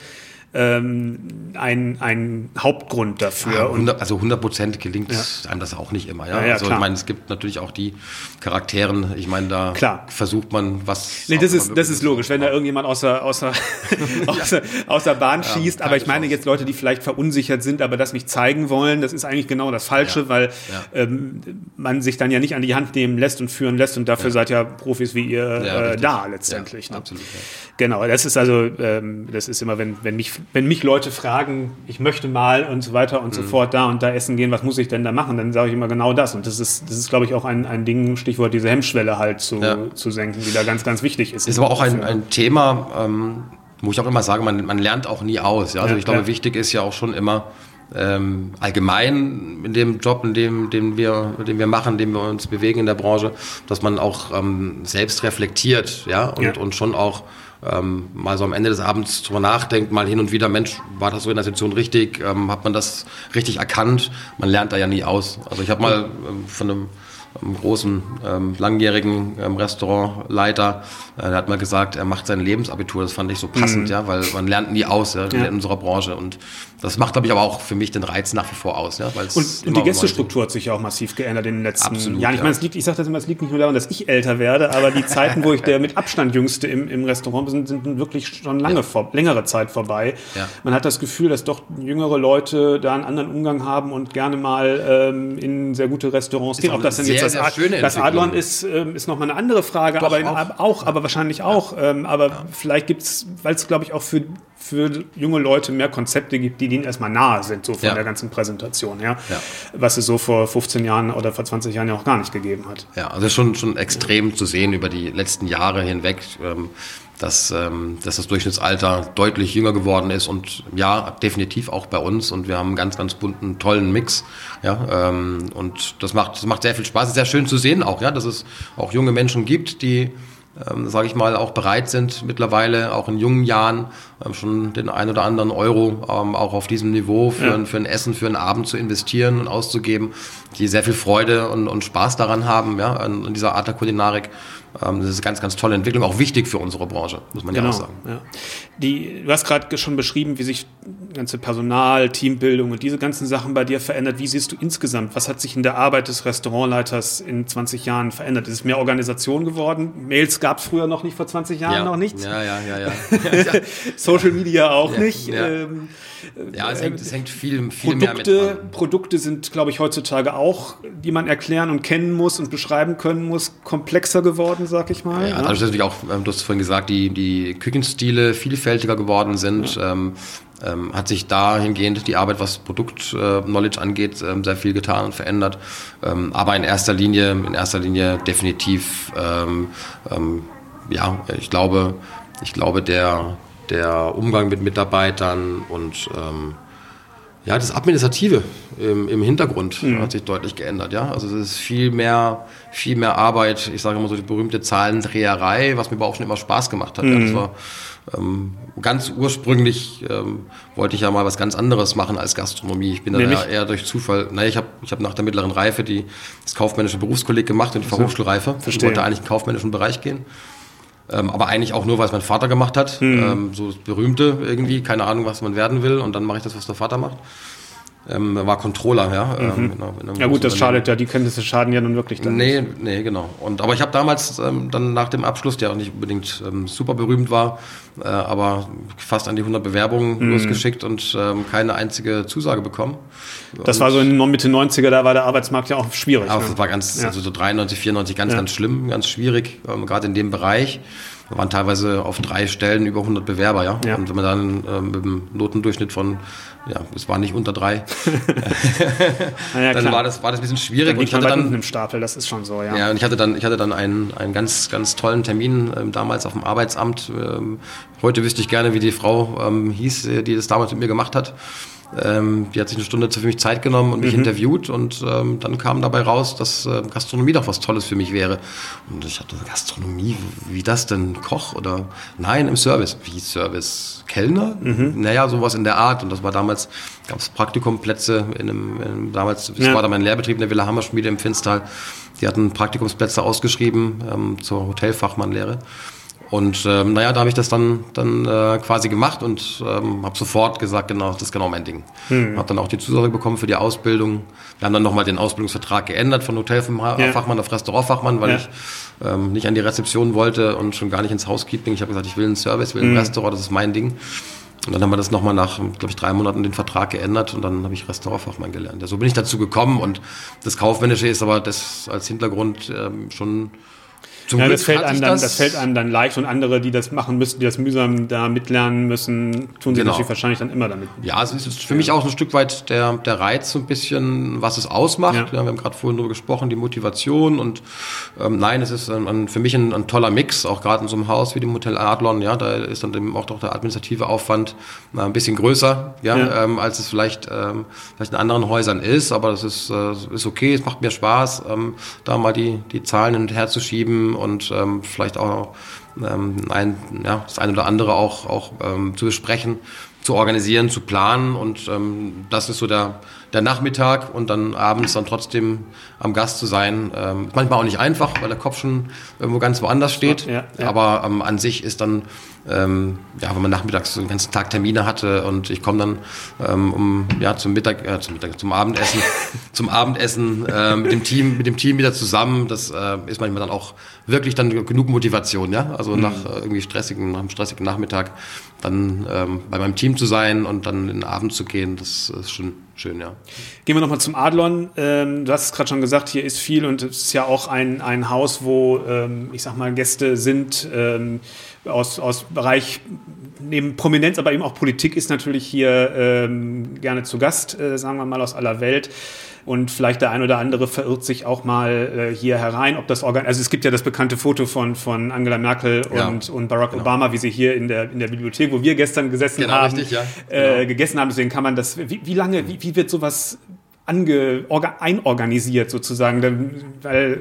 ähm, ein, ein Hauptgrund dafür. Ja, hundert, also hundert Prozent gelingt ja. einem das auch nicht immer. Ja? Ja, ja, also klar. Ich meine, es gibt natürlich auch die Charakteren, ich meine, da klar. versucht man was... Nee, das ist, das ist logisch, wenn da irgendjemand außer, außer, außer, außer Bahn ja, schießt, aber ich meine jetzt Leute, die vielleicht verunsichert sind, aber das nicht zeigen wollen, das ist eigentlich genau das Falsche, ja. weil ja. Ähm, man sich dann ja nicht an die Hand nehmen lässt und führen lässt und dafür ja. seid ja Profis wie ihr ja, äh, da letztendlich. Ja, ne? Absolut. Ja. Genau, das ist also, ähm, das ist immer, wenn, wenn, mich, wenn mich Leute fragen, ich möchte mal und so weiter und mhm. so fort da und da essen gehen, was muss ich denn da machen, dann sage ich immer genau das und das ist, das ist glaube ich auch ein, ein Ding, Stichwort diese Hemmschwelle halt zu, ja. zu senken, die da ganz, ganz wichtig ist. Ist aber auch ein, ein Thema, ähm, wo ich auch immer sage, man, man lernt auch nie aus. Ja? Also ja, ich glaube, ja. wichtig ist ja auch schon immer, Ähm, allgemein in dem Job, in dem, den wir, den wir machen, den wir uns bewegen in der Branche, dass man auch ähm, selbst reflektiert, ja, und, ja. und schon auch ähm, mal so am Ende des Abends drüber nachdenkt, mal hin und wieder, Mensch, war das so in der Situation richtig, ähm, hat man das richtig erkannt? Man lernt da ja nie aus. Also ich habe mal ähm, von einem einem großen, ähm, langjährigen ähm, Restaurantleiter, äh, der hat mal gesagt, er macht sein Lebensabitur, das fand ich so passend, mhm. ja, weil man lernt nie aus, ja, ja. in unserer Branche und das macht, glaube ich, aber auch für mich den Reiz nach wie vor aus. Ja, und, und die Gästestruktur hat sich ja auch massiv geändert in den letzten Absolut, Jahren. Ich ja. meine, es liegt, ich sage das immer, es liegt nicht nur daran, dass ich älter werde, aber die Zeiten, wo ich der mit Abstand Jüngste im, im Restaurant bin, sind wirklich schon lange ja. vor, längere Zeit vorbei. Ja. Man hat das Gefühl, dass doch jüngere Leute da einen anderen Umgang haben und gerne mal ähm, in sehr gute Restaurants gehen. Ob das denn jetzt das, Ad, das Adlon ist, ähm, ist nochmal eine andere Frage, doch, aber in, auch. auch, aber wahrscheinlich auch. Ähm, aber ja. vielleicht gibt es, weil es, glaube ich, auch für für junge Leute mehr Konzepte gibt, die denen erstmal nahe sind, so von ja. der ganzen Präsentation, ja? Ja. Was es so vor fünfzehn Jahren oder vor zwanzig Jahren ja auch gar nicht gegeben hat. Ja, also schon, schon extrem ja. zu sehen über die letzten Jahre hinweg, ähm, dass, ähm, dass das Durchschnittsalter deutlich jünger geworden ist und ja, definitiv auch bei uns und wir haben einen ganz, ganz bunten, tollen Mix, ja, ähm, und das macht, das macht sehr viel Spaß, es ist sehr schön zu sehen auch, ja, dass es auch junge Menschen gibt, die Ähm, sage ich mal, auch bereit sind mittlerweile, auch in jungen Jahren ähm, schon den ein oder anderen Euro ähm, auch auf diesem Niveau für, ja. ein, für ein Essen, für einen Abend zu investieren und auszugeben, die sehr viel Freude und, und Spaß daran haben, ja, an, an dieser Art der Kulinarik. Ähm, das ist eine ganz, ganz tolle Entwicklung, auch wichtig für unsere Branche, muss man genau, ja auch sagen. Ja. Die, du hast gerade schon beschrieben, wie sich ganze Personal, Teambildung und diese ganzen Sachen bei dir verändert. Wie siehst du insgesamt, was hat sich in der Arbeit des Restaurantleiters in zwanzig Jahren verändert? Ist es mehr Organisation geworden? Mails gab es früher noch nicht, vor zwanzig Jahren ja. noch nichts? Ja, ja, ja, ja. Social Media auch ja, nicht. Ja, ähm, ja es, hängt, es hängt viel, viel Produkte, mehr mit dran. Produkte sind, glaube ich, heutzutage auch, die man erklären und kennen muss und beschreiben können muss, komplexer geworden, sag ich mal. Ja, ja. Dadurch natürlich auch, du hast vorhin gesagt, die, die Küchenstile vielfältiger geworden sind. Ja. Ähm, Ähm, hat sich dahingehend die Arbeit, was Produkt-Knowledge äh, angeht, ähm, sehr viel getan und verändert. Ähm, aber in erster Linie, in erster Linie definitiv, ähm, ähm, ja, ich glaube, ich glaube, der, der Umgang mit Mitarbeitern und ähm, ja, das Administrative im, im Hintergrund mhm. hat sich deutlich geändert, ja. Also es ist viel mehr, viel mehr Arbeit, ich sage immer so die berühmte Zahlendreherei, was mir aber auch schon immer Spaß gemacht hat. Mhm. Ja. Das war ähm, ganz ursprünglich ähm, wollte ich ja mal was ganz anderes machen als Gastronomie. Ich bin dann eher, eher durch Zufall, naja, ich habe ich hab nach der mittleren Reife die, das kaufmännische Berufskolleg gemacht und die Fachhochschulreife. Ich wollte eigentlich in den kaufmännischen Bereich gehen. Ähm, aber eigentlich auch nur, weil es mein Vater gemacht hat. Mhm. Ähm, so das Berühmte irgendwie, keine Ahnung, was man werden will. Und dann mache ich das, was der Vater macht. Ähm, er war Controller, ja. Mhm. Ähm, in einer, in ja gut, das schadet ja, die Kenntnisse schaden ja nun wirklich dann Nee, nicht. nee, genau. Und, aber ich habe damals ähm, dann nach dem Abschluss, der auch nicht unbedingt ähm, super berühmt war, äh, aber fast an die hundert Bewerbungen mhm. losgeschickt und ähm, keine einzige Zusage bekommen. Das und war so in Mitte neunziger, da war der Arbeitsmarkt ja auch schwierig. Aber ne? das war ganz, ja. also so dreiundneunzig, vierundneunzig ganz, ja. ganz schlimm, ganz schwierig, ähm, gerade in dem Bereich. Wir waren teilweise auf drei Stellen über hundert Bewerber, ja. ja. Und wenn man dann ähm, mit einem Notendurchschnitt von, ja, es war nicht unter drei, ja, dann war das, war das ein bisschen schwierig. Dann und ich hatte dann im Stapel, das ist schon so, ja. Ja, und ich hatte dann, ich hatte dann einen, einen ganz, ganz tollen Termin ähm, damals auf dem Arbeitsamt. Ähm, heute wüsste ich gerne, wie die Frau ähm, hieß, die das damals mit mir gemacht hat. Ähm, die hat sich eine Stunde für mich Zeit genommen und mich mhm. interviewt und ähm, dann kam dabei raus, dass äh, Gastronomie doch was Tolles für mich wäre. Und ich hatte Gastronomie, wie das denn? Koch oder? Nein, im Service. Wie Service? Kellner? Mhm. Naja, sowas in der Art. Und das war damals, gab es Praktikumplätze in einem, in einem damals, das ja. war da mein Lehrbetrieb in der Villa Hammerschmiede im Finstal. Die hatten Praktikumsplätze ausgeschrieben ähm, zur Hotelfachmannlehre. Und ähm, naja, da habe ich das dann, dann äh, quasi gemacht und ähm, habe sofort gesagt, genau, das ist genau mein Ding. Hm. Habe dann auch die Zusage bekommen für die Ausbildung. Wir haben dann nochmal den Ausbildungsvertrag geändert von Hotelfachmann ja. auf Restaurantfachmann, weil ja. ich ähm, nicht an die Rezeption wollte und schon gar nicht ins Housekeeping. Ich habe gesagt, ich will einen Service, will ein hm. Restaurant, das ist mein Ding. Und dann haben wir das nochmal nach, glaube ich, drei Monaten den Vertrag geändert und dann habe ich Restaurantfachmann gelernt. Ja, so bin ich dazu gekommen und das Kaufmännische ist aber das als Hintergrund ähm, schon... Zum ja, Glück das fällt, einem dann, das, das fällt einem dann leicht und andere, die das machen müssen, die das mühsam da mitlernen müssen, tun sie genau. natürlich wahrscheinlich dann immer damit. Ja, es ist für mich auch ein Stück weit der, der Reiz, so ein bisschen, was es ausmacht. Ja. Ja, wir haben gerade vorhin darüber gesprochen, die Motivation und ähm, nein, es ist ein, ein, für mich ein, ein toller Mix, auch gerade in so einem Haus wie dem Hotel Adlon, ja, da ist dann eben auch doch der administrative Aufwand na, ein bisschen größer, ja, ja. Ähm, als es vielleicht, ähm, vielleicht in anderen Häusern ist, aber das ist, äh, ist okay, es macht mir Spaß, ähm, da mal die, die Zahlen hin und her zu schieben und ähm, vielleicht auch ähm, ein, ja, das eine oder andere auch, auch ähm, zu besprechen, zu organisieren, zu planen und ähm, das ist so der, der Nachmittag und dann abends dann trotzdem am Gast zu sein. Ähm, manchmal auch nicht einfach, weil der Kopf schon irgendwo ganz woanders steht, ja, ja. aber ähm, an sich ist dann, ähm, ja, wenn man nachmittags so den ganzen Tag Termine hatte und ich komme dann ähm, um, ja, zum Mittag, äh, zum Mittag, zum Abendessen, zum Abendessen äh, mit dem Team, mit dem Team wieder zusammen, das äh, ist manchmal dann auch wirklich dann genug Motivation, ja, also mhm. nach äh, irgendwie stressigen, nach einem stressigen Nachmittag dann ähm, bei meinem Team zu sein und dann in den Abend zu gehen, das ist schon schön, ja. Gehen wir nochmal zum Adlon. Ähm, du hast es gerade schon gesagt, hier ist viel und es ist ja auch ein, ein Haus, wo, ähm, ich sag mal, Gäste sind ähm, aus, aus Bereich, neben Prominenz, aber eben auch Politik ist natürlich hier ähm, gerne zu Gast, äh, sagen wir mal, aus aller Welt. Und vielleicht der ein oder andere verirrt sich auch mal äh, hier herein, ob das Organ, also es gibt ja das bekannte Foto von, von Angela Merkel und, ja, und Barack genau. Obama, wie sie hier in der, in der Bibliothek, wo wir gestern gesessen genau, haben, richtig, ja. genau. äh, gegessen haben. Deswegen kann man das, wie, wie lange, wie, wie wird sowas ange, orga, einorganisiert sozusagen? Weil,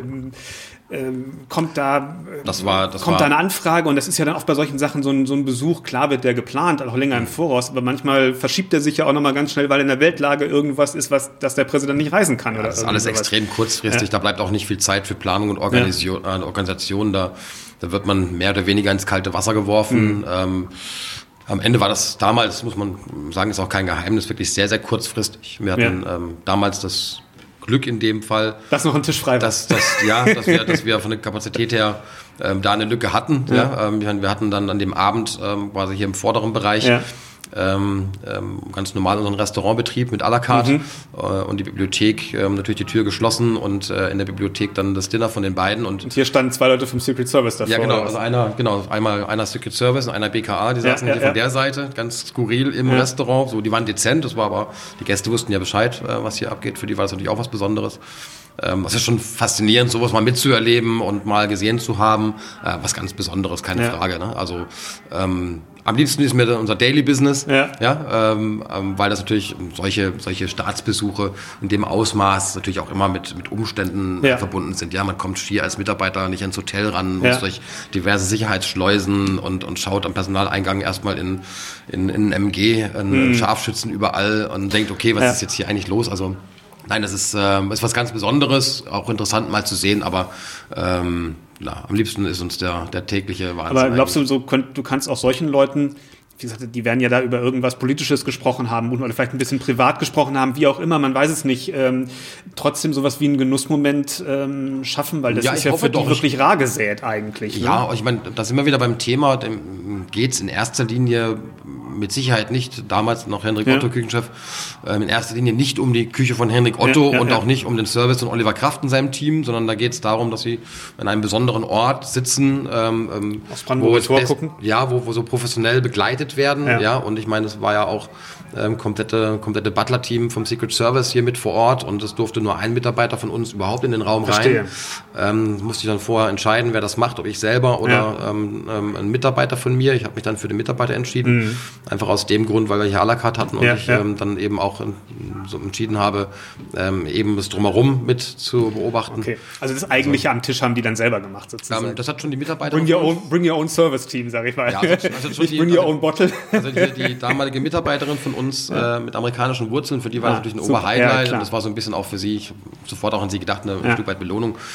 Ähm, kommt da das war, das kommt war, da eine Anfrage und das ist ja dann auch bei solchen Sachen so ein, so ein Besuch, klar wird der geplant, auch länger im Voraus, aber manchmal verschiebt er sich ja auch nochmal ganz schnell, weil in der Weltlage irgendwas ist, was, dass der Präsident nicht reisen kann. Ja, oder das ist alles sowas. Extrem kurzfristig, ja. Da bleibt auch nicht viel Zeit für Planung und Organisation, ja. äh, Organisation. Da, da wird man mehr oder weniger ins kalte Wasser geworfen. Mhm. Ähm, Am Ende war das damals, muss man sagen, ist auch kein Geheimnis, wirklich sehr, sehr kurzfristig. Wir hatten ja. ähm, damals das Glück in dem Fall. Dass noch ein Tisch frei war. Dass, dass, ja, dass wir, dass wir von der Kapazität her ähm, da eine Lücke hatten. Ja. Ja. Ähm, wir hatten dann an dem Abend ähm, quasi hier im vorderen Bereich ja. ähm, ähm, ganz normal unseren Restaurantbetrieb mit à la carte mhm. äh, und die Bibliothek, ähm, natürlich die Tür geschlossen und äh, in der Bibliothek dann das Dinner von den beiden. Und, und hier standen zwei Leute vom Secret Service davor. Ja, genau. Also einer, genau, einmal einer Secret Service und einer B K A, die saßen ja, ja, hier ja. von der Seite, ganz skurril im ja. Restaurant. So, die waren dezent, das war aber, die Gäste wussten ja Bescheid, äh, was hier abgeht. Für die war das natürlich auch was Besonderes. Ähm, das ist schon faszinierend, sowas mal mitzuerleben und mal gesehen zu haben. Äh, was ganz Besonderes, keine ja. Frage. Ne? Also ähm, am liebsten ist mir unser Daily Business, ja. Ja, ähm, ähm, weil das natürlich solche, solche Staatsbesuche in dem Ausmaß natürlich auch immer mit, mit Umständen ja. verbunden sind. Ja, man kommt hier als Mitarbeiter nicht ins Hotel ran, muss ja. durch diverse Sicherheitsschleusen und, und schaut am Personaleingang erstmal in, in, in M G, in mhm. Scharfschützen überall und denkt, okay, was ja. ist jetzt hier eigentlich los? Also nein, das ist, äh, ist was ganz Besonderes, auch interessant mal zu sehen, aber ähm, na, am liebsten ist uns der, der tägliche Wahnsinn. Aber glaubst du, so könnt, du kannst auch solchen Leuten, wie gesagt, die werden ja da über irgendwas Politisches gesprochen haben oder vielleicht ein bisschen privat gesprochen haben, wie auch immer, man weiß es nicht, ähm, trotzdem sowas wie einen Genussmoment ähm, schaffen, weil das ja, ist ja für die wirklich rar gesät eigentlich. Ne? Ja, ich meine, da sind wir wieder beim Thema, geht es in erster Linie mit Sicherheit nicht, damals noch Henrik ja. Otto, Küchenchef, ähm, in erster Linie nicht um die Küche von Henrik Otto ja, ja, und ja. auch nicht um den Service von Oliver Kraft in seinem Team, sondern da geht es darum, dass sie an einem besonderen Ort sitzen, ähm, aus Brandenburger Tor gucken. Ja, wo, wo so professionell begleitet werden, ja, ja und ich meine, es war ja auch ähm, komplette, komplette Butler-Team vom Secret Service hier mit vor Ort und es durfte nur ein Mitarbeiter von uns überhaupt in den Raum Verstehe. rein. Ähm, musste ich dann vorher entscheiden, wer das macht, ob ich selber oder ja. ähm, ähm, ein Mitarbeiter von mir. Ich habe mich dann für den Mitarbeiter entschieden. Mhm. Einfach aus dem Grund, weil wir hier à la carte hatten und ja, ich ja. Ähm, dann eben auch in, so entschieden habe, ähm, eben das Drumherum mit zu beobachten. Okay. Also das eigentliche also, am Tisch haben die dann selber gemacht sozusagen. Ähm, das hat schon die Mitarbeiter. Bring your own, bring your own Service Team, sag ich mal. Ja, also, also schon die, bring your own bottle. Also die, die damalige Mitarbeiterin von uns ja. äh, mit amerikanischen Wurzeln, für die war ah, das natürlich ein Oberhighlight ja, und das war so ein bisschen auch für sie, ich habe sofort auch an sie gedacht, eine ja. ein Stück weit Belohnung.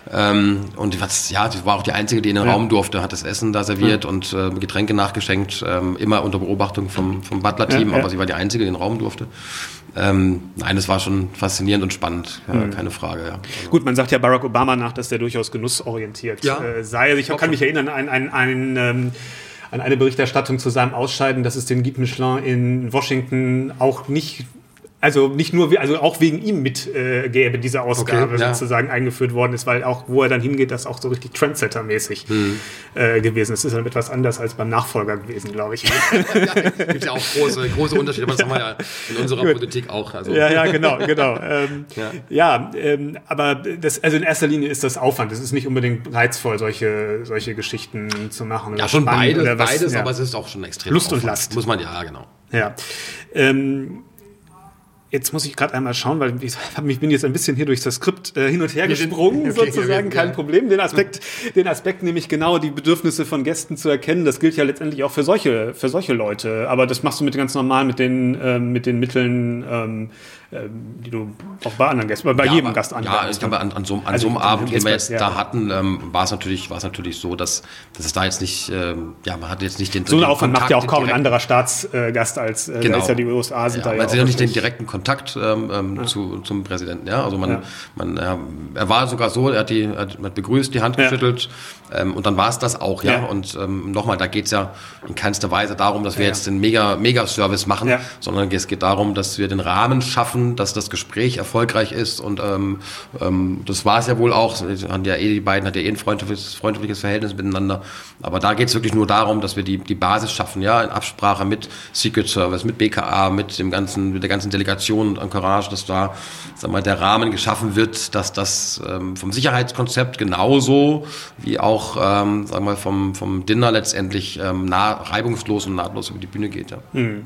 Ähm, und was, ja, sie war auch die Einzige, die in den ja. Raum durfte, hat das Essen da serviert ja. und äh, Getränke nachgeschenkt, ähm, immer unter Beobachtung vom, vom Butler-Team, ja, ja. aber sie war die Einzige, die in den Raum durfte. Ähm, nein, das war schon faszinierend und spannend, ja, mhm. keine Frage. Ja. Also gut, man sagt ja Barack Obama nach, dass der durchaus genussorientiert ja. äh, sei. Also ich kann mich erinnern an ein, ein, ein an eine Berichterstattung zu seinem Ausscheiden, dass es den Guide Michelin in Washington auch nicht, also nicht nur, also auch wegen ihm mit äh, gäbe, diese Ausgabe okay, ja. sozusagen eingeführt worden ist, weil auch, wo er dann hingeht, das auch so richtig Trendsetter-mäßig hm. äh, gewesen ist. Das ist dann etwas anders als beim Nachfolger gewesen, glaube ich. Ja, gibt ja auch große, große Unterschiede, aber das haben wir ja in unserer Gut. Politik auch. Also. Ja, ja, genau, genau. Ähm, ja, ja ähm, aber das, also in erster Linie ist das Aufwand. Es ist nicht unbedingt reizvoll, solche, solche Geschichten zu machen. Ja, schon beides, was, beides ja. aber es ist auch schon extrem Lust Aufwand. Und Last. Muss man, ja, genau. Ja. Ähm, Jetzt muss ich gerade einmal schauen, weil ich, hab, ich bin jetzt ein bisschen hier durch das Skript äh, hin und her gesprungen, okay, sozusagen, kein ja. Problem. Den Aspekt, den Aspekt nämlich genau, die Bedürfnisse von Gästen zu erkennen, das gilt ja letztendlich auch für solche, für solche Leute. Aber das machst du mit ganz normal mit den, ähm, mit den Mitteln, ähm, die du auch bei anderen Gästen, bei ja, jedem aber, Gast anwendest. Ja, ich glaube, an, an so, an also so einem Abend, den wir jetzt ja. da hatten, ähm, war es natürlich, war es natürlich so, dass, dass es da jetzt nicht, ähm, ja, man hat jetzt nicht den so einen Aufwand macht ja auch kaum ein anderer Staatsgast als äh, genau. als ja die U S A sind ja, da ja man auch. Man hat nicht den direkten Kontakt ähm, ähm, ja. zu, zum Präsidenten, ja, also man, ja. man, äh, er war sogar so, er hat die, er hat begrüßt, die Hand geschüttelt ja. ähm, und dann war es das auch, ja, ja. und ähm, nochmal, da geht es ja in keinster Weise darum, dass wir ja. jetzt den mega, mega Service machen, ja. sondern es geht darum, dass wir den Rahmen schaffen, dass das Gespräch erfolgreich ist und ähm, ähm, das war es ja wohl auch. Haben ja eh, die beiden hat ja eh ein freundliches, freundliches Verhältnis miteinander. Aber da geht es wirklich nur darum, dass wir die, die Basis schaffen, ja, in Absprache mit Secret Service, mit B K A, mit dem ganzen, mit der ganzen Delegation und Encourage, dass da, sag mal, der Rahmen geschaffen wird, dass das ähm, vom Sicherheitskonzept genauso wie auch, ähm, sag mal, vom, vom Dinner letztendlich ähm, nah, reibungslos und nahtlos über die Bühne geht. Ja. Hm.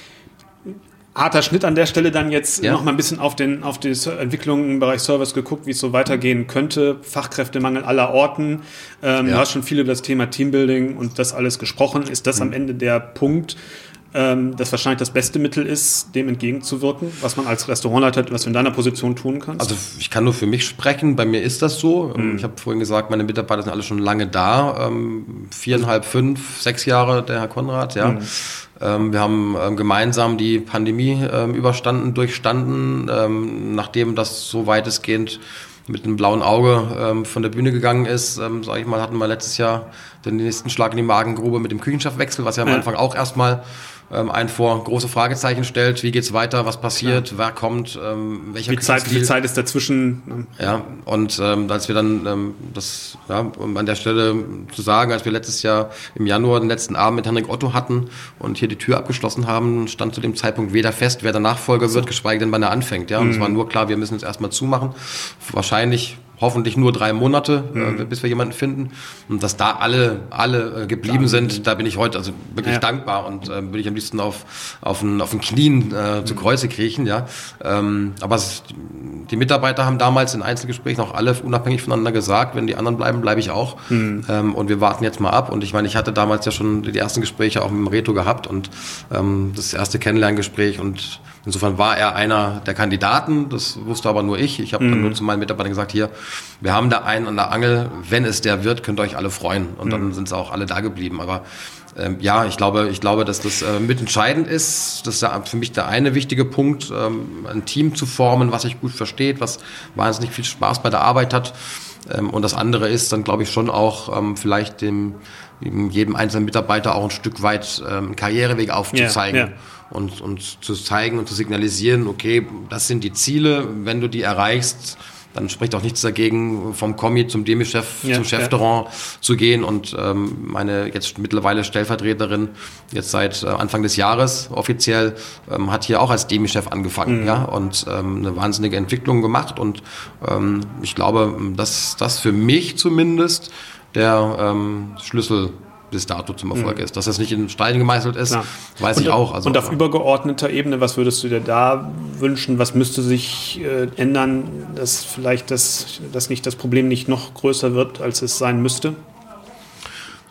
Harter Schnitt an der Stelle dann jetzt ja. noch mal ein bisschen auf, den, auf die Entwicklung im Bereich Service geguckt, wie es so weitergehen könnte. Fachkräftemangel aller Orten. Ähm, ja. Du hast schon viel über das Thema Teambuilding und das alles gesprochen. Ist das mhm. am Ende der Punkt, ähm, das wahrscheinlich das beste Mittel ist, dem entgegenzuwirken, was man als Restaurantleiter, was du in deiner Position tun kannst? Also ich kann nur für mich sprechen, bei mir ist das so. Mhm. Ich habe vorhin gesagt, meine Mitarbeiter sind alle schon lange da. Ähm, viereinhalb, fünf, sechs Jahre der Herr Konrad, ja. Mhm. Wir haben ähm, gemeinsam die Pandemie ähm, überstanden, durchstanden, ähm, nachdem das so weitestgehend mit einem blauen Auge ähm, von der Bühne gegangen ist, ähm, sage ich mal, hatten wir letztes Jahr den nächsten Schlag in die Magengrube mit dem Küchenchefwechsel, was ja am ja. Anfang auch erstmal ähm, einen vor große Fragezeichen stellt. Wie geht's weiter? Was passiert? Ja. Wer kommt? Ähm, welcher wie, Zeit, wie viel Zeit ist dazwischen? Ja, und ähm, als wir dann ähm, das, ja, um an der Stelle zu sagen, als wir letztes Jahr im Januar den letzten Abend mit Henrik Otto hatten und hier die Tür abgeschlossen haben, stand zu dem Zeitpunkt weder fest, wer der Nachfolger so. wird, geschweige denn, wann er anfängt. Ja, und mhm. es war nur klar, wir müssen jetzt erstmal zumachen. Wahrscheinlich hoffentlich nur drei Monate, mhm. äh, bis wir jemanden finden. Und dass da alle alle äh, geblieben sind, da bin ich heute also wirklich ja. dankbar und äh, würde ich am liebsten auf auf den, auf den Knien äh, mhm. zu Kreuze kriechen. Ja. Ähm, aber es, die Mitarbeiter haben damals in Einzelgesprächen auch alle unabhängig voneinander gesagt, wenn die anderen bleiben, bleibe ich auch. Mhm. Ähm, und wir warten jetzt mal ab. Und ich meine, ich hatte damals ja schon die ersten Gespräche auch mit dem Reto gehabt und ähm, das erste Kennenlerngespräch und insofern war er einer der Kandidaten, das wusste aber nur ich. Ich habe mhm. dann nur zu meinen Mitarbeitern gesagt, hier, wir haben da einen an der Angel, wenn es der wird, könnt ihr euch alle freuen. Und mhm. dann sind sie auch alle da geblieben. Aber ähm, ja, ich glaube, ich glaube, dass das äh, mitentscheidend ist. Das ist ja für mich der eine wichtige Punkt, ähm, ein Team zu formen, was sich gut versteht, was wahnsinnig viel Spaß bei der Arbeit hat. Ähm, und das andere ist dann, glaube ich, schon auch ähm, vielleicht dem, jedem einzelnen Mitarbeiter auch ein Stück weit ähm, einen Karriereweg aufzuzeigen. Ja, ja. Und, und zu zeigen und zu signalisieren, okay, das sind die Ziele, wenn du die erreichst, dann spricht auch nichts dagegen, vom Kommi zum Demi-Chef, ja, zum Chefrestaurant ja. zu gehen. Und ähm, meine jetzt mittlerweile Stellvertreterin, jetzt seit äh, Anfang des Jahres offiziell, ähm, hat hier auch als Demi-Chef angefangen, mhm. ja, und ähm, eine wahnsinnige Entwicklung gemacht. Und ähm, ich glaube, dass das für mich zumindest der ähm, Schlüssel bis dato zum Erfolg mhm. ist. Dass das nicht in Stein gemeißelt ist, Klar. weiß und, ich auch. Also, und auf ja. übergeordneter Ebene, was würdest du dir da wünschen? Was müsste sich äh, ändern, dass vielleicht das, dass nicht das Problem nicht noch größer wird, als es sein müsste?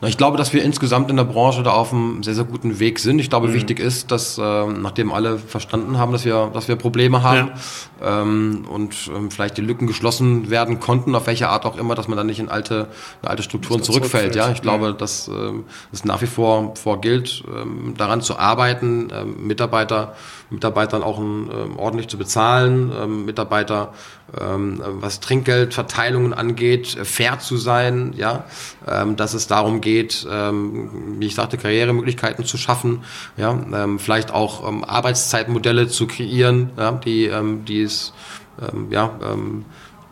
Ich glaube, dass wir insgesamt in der Branche da auf einem sehr, sehr guten Weg sind. Ich glaube, mhm. wichtig ist, dass äh, nachdem alle verstanden haben, dass wir, dass wir Probleme haben ja. ähm, und ähm, vielleicht die Lücken geschlossen werden konnten, auf welche Art auch immer, dass man dann nicht in alte, in alte Strukturen zurückfällt. Ja, ich ja. glaube, dass ähm, es nach wie vor, vor gilt, ähm, daran zu arbeiten, ähm, Mitarbeiter, Mitarbeitern auch ein, ähm, ordentlich zu bezahlen, ähm, Mitarbeiter, ähm, was Trinkgeldverteilungen angeht, fair zu sein, ja, ähm, dass es darum geht, ähm, wie ich sagte, Karrieremöglichkeiten zu schaffen, ja, ähm, vielleicht auch ähm, Arbeitszeitmodelle zu kreieren, ja, die, ähm, die es, ähm, ja, ähm,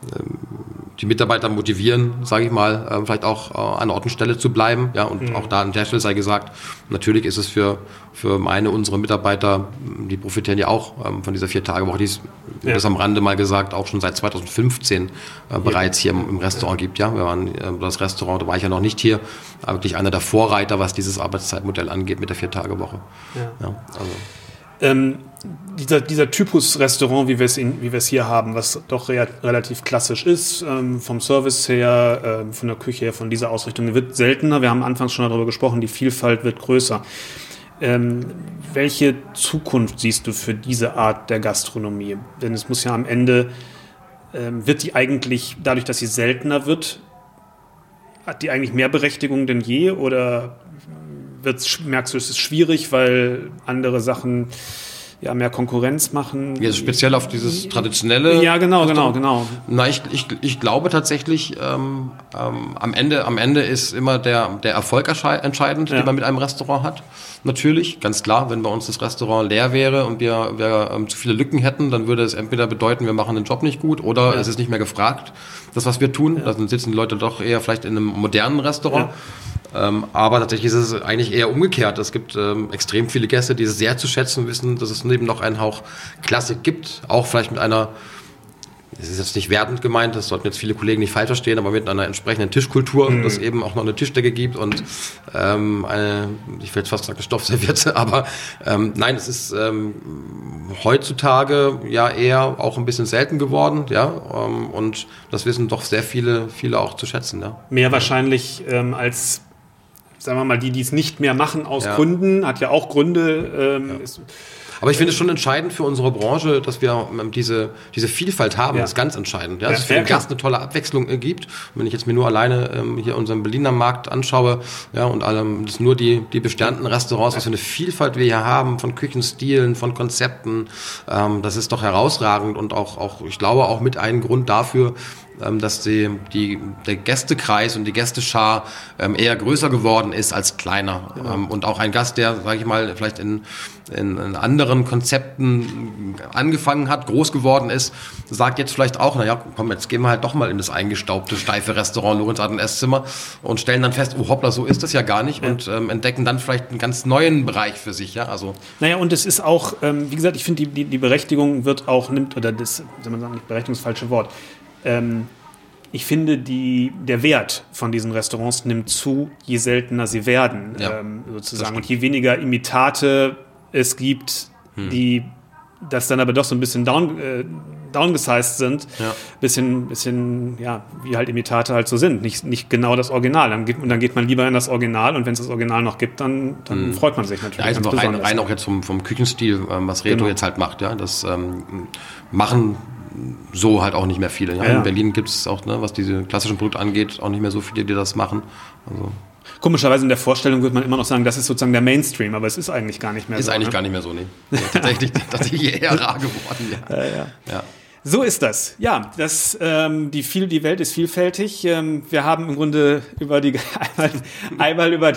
die Mitarbeiter motivieren, sage ich mal, vielleicht auch an Ort und Stelle zu bleiben. Ja, und mhm. auch da an der Stelle sei gesagt, natürlich ist es für, für meine, unsere Mitarbeiter, die profitieren ja auch von dieser Vier-Tage-Woche, die es, ja. das am Rande mal gesagt, auch schon seit zweitausendfünfzehn äh, bereits hier im, im Restaurant gibt. Ja, wir waren, äh, das Restaurant, da war ich ja noch nicht hier, aber wirklich einer der Vorreiter, was dieses Arbeitszeitmodell angeht mit der Vier-Tage-Woche. Ja. Ja, also. Ähm, dieser, dieser Typus Restaurant, wie wir es in, wie wir es hier haben, was doch re- relativ klassisch ist, ähm, vom Service her, ähm, von der Küche her, von dieser Ausrichtung, wird seltener. Wir haben anfangs schon darüber gesprochen, die Vielfalt wird größer. Ähm, welche Zukunft siehst du für diese Art der Gastronomie? Denn es muss ja am Ende, ähm, wird die eigentlich, dadurch, dass sie seltener wird, hat die eigentlich mehr Berechtigung denn je, oder wird's, merkst du, es ist schwierig, weil andere Sachen ja mehr Konkurrenz machen? Ja, speziell auf dieses traditionelle. Ja, genau, genau, genau. Na, ich, ich, ich glaube tatsächlich, ähm, ähm, am Ende, am Ende ist immer der, der Erfolg entscheidend, ja. den man mit einem Restaurant hat. Natürlich, ganz klar, wenn bei uns das Restaurant leer wäre und wir, wir ähm, zu viele Lücken hätten, dann würde es entweder bedeuten, wir machen den Job nicht gut, oder ja. es ist nicht mehr gefragt, das, was wir tun. Ja. Dann sitzen die Leute doch eher vielleicht in einem modernen Restaurant. Ja. Ähm, aber tatsächlich ist es eigentlich eher umgekehrt. Es gibt ähm, extrem viele Gäste, die es sehr zu schätzen wissen, dass es neben noch einen Hauch Klassik gibt. Auch vielleicht mit einer, das ist jetzt nicht wertend gemeint, das sollten jetzt viele Kollegen nicht falsch verstehen, aber mit einer entsprechenden Tischkultur, mhm. dass es eben auch noch eine Tischdecke gibt und ähm, eine, ich will jetzt fast sagen, eine Stoffserviette, aber ähm, nein, es ist ähm, heutzutage ja eher auch ein bisschen selten geworden, ja, ähm, und das wissen doch sehr viele, viele auch zu schätzen, ja. Mehr wahrscheinlich ähm, als, sagen wir mal, die, die es nicht mehr machen aus ja. Gründen, hat ja auch Gründe. Ähm, ja. ist, Aber ich finde es schon entscheidend für unsere Branche, dass wir diese, diese Vielfalt haben. Ja. Das ist ganz entscheidend. Ja, dass ja, es für ja, den Gast eine tolle Abwechslung äh, gibt. Und wenn ich jetzt mir nur alleine ähm, hier unseren Berliner Markt anschaue, ja, und allem, das nur die, die besternten Restaurants, was für eine Vielfalt wir hier haben, von Küchenstilen, von Konzepten, ähm, das ist doch herausragend und auch, auch, ich glaube, auch mit einem Grund dafür, dass die, die, der Gästekreis und die Gästeschar ähm, eher größer geworden ist als kleiner. Genau. Ähm, und auch ein Gast, der, sage ich mal, vielleicht in, in, in anderen Konzepten angefangen hat, groß geworden ist, sagt jetzt vielleicht auch, naja, komm, jetzt gehen wir halt doch mal in das eingestaubte, steife Restaurant Lorenz Art und Esszimmer und stellen dann fest, oh hoppla, so ist das ja gar nicht, ja. und ähm, entdecken dann vielleicht einen ganz neuen Bereich für sich. Ja, also. Naja, und es ist auch, ähm, wie gesagt, ich finde, die, die, die Berechtigung wird auch, nimmt, oder das, soll man sagen, nicht Berechtigung ist das falsche Wort, Ähm, ich finde, die, der Wert von diesen Restaurants nimmt zu, je seltener sie werden, ja, ähm, sozusagen. Und je weniger Imitate es gibt, hm. die das dann aber doch so ein bisschen down, äh, downgesized sind, ja. bisschen, bisschen, ja, wie halt Imitate halt so sind, nicht, nicht genau das Original. Dann geht, und dann geht man lieber in das Original, und wenn es das Original noch gibt, dann, dann hm. freut man sich natürlich. Ja, also rein, rein auch jetzt vom, vom Küchenstil, ähm, was Reto genau. jetzt halt macht, ja, das ähm, machen so halt auch nicht mehr viele. Ja? Ja. In Berlin gibt es auch, ne, was diese klassischen Produkte angeht, auch nicht mehr so viele, die das machen. Also komischerweise in der Vorstellung würde man immer noch sagen, das ist sozusagen der Mainstream, aber es ist eigentlich gar nicht mehr ist so. Ist eigentlich ne? gar nicht mehr so, nee. Ja, tatsächlich, tatsächlich eher rar geworden. Ja. Ja, ja. Ja. So ist das. Ja, das, ähm, die, viel, die Welt ist vielfältig. Ähm, wir haben im Grunde über die einmal, einmal über,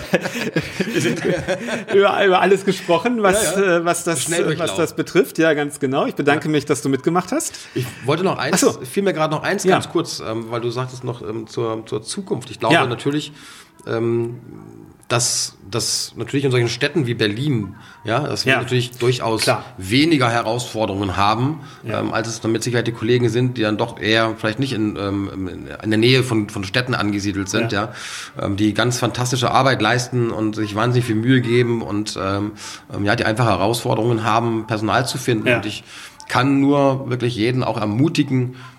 über, über alles gesprochen, was, ja, ja. Äh, was, das, was das betrifft. Ja, ganz genau. Ich bedanke ja. mich, dass du mitgemacht hast. Ich wollte noch eins, so. fiel mir gerade noch eins ja. ganz kurz, ähm, weil du sagtest noch ähm, zur, zur Zukunft. Ich glaube ja. natürlich, ähm, dass, dass natürlich in solchen Städten wie Berlin, ja, dass wir ja, natürlich durchaus klar. weniger Herausforderungen haben, ja. ähm, als es dann mit Sicherheit die Kollegen sind, die dann doch eher vielleicht nicht in, ähm, in der Nähe von, von Städten angesiedelt sind, ja, ja ähm, die ganz fantastische Arbeit leisten und sich wahnsinnig viel Mühe geben und ähm, ja, die einfach Herausforderungen haben, Personal zu finden. Ja. Und ich kann nur wirklich jeden auch ermutigen,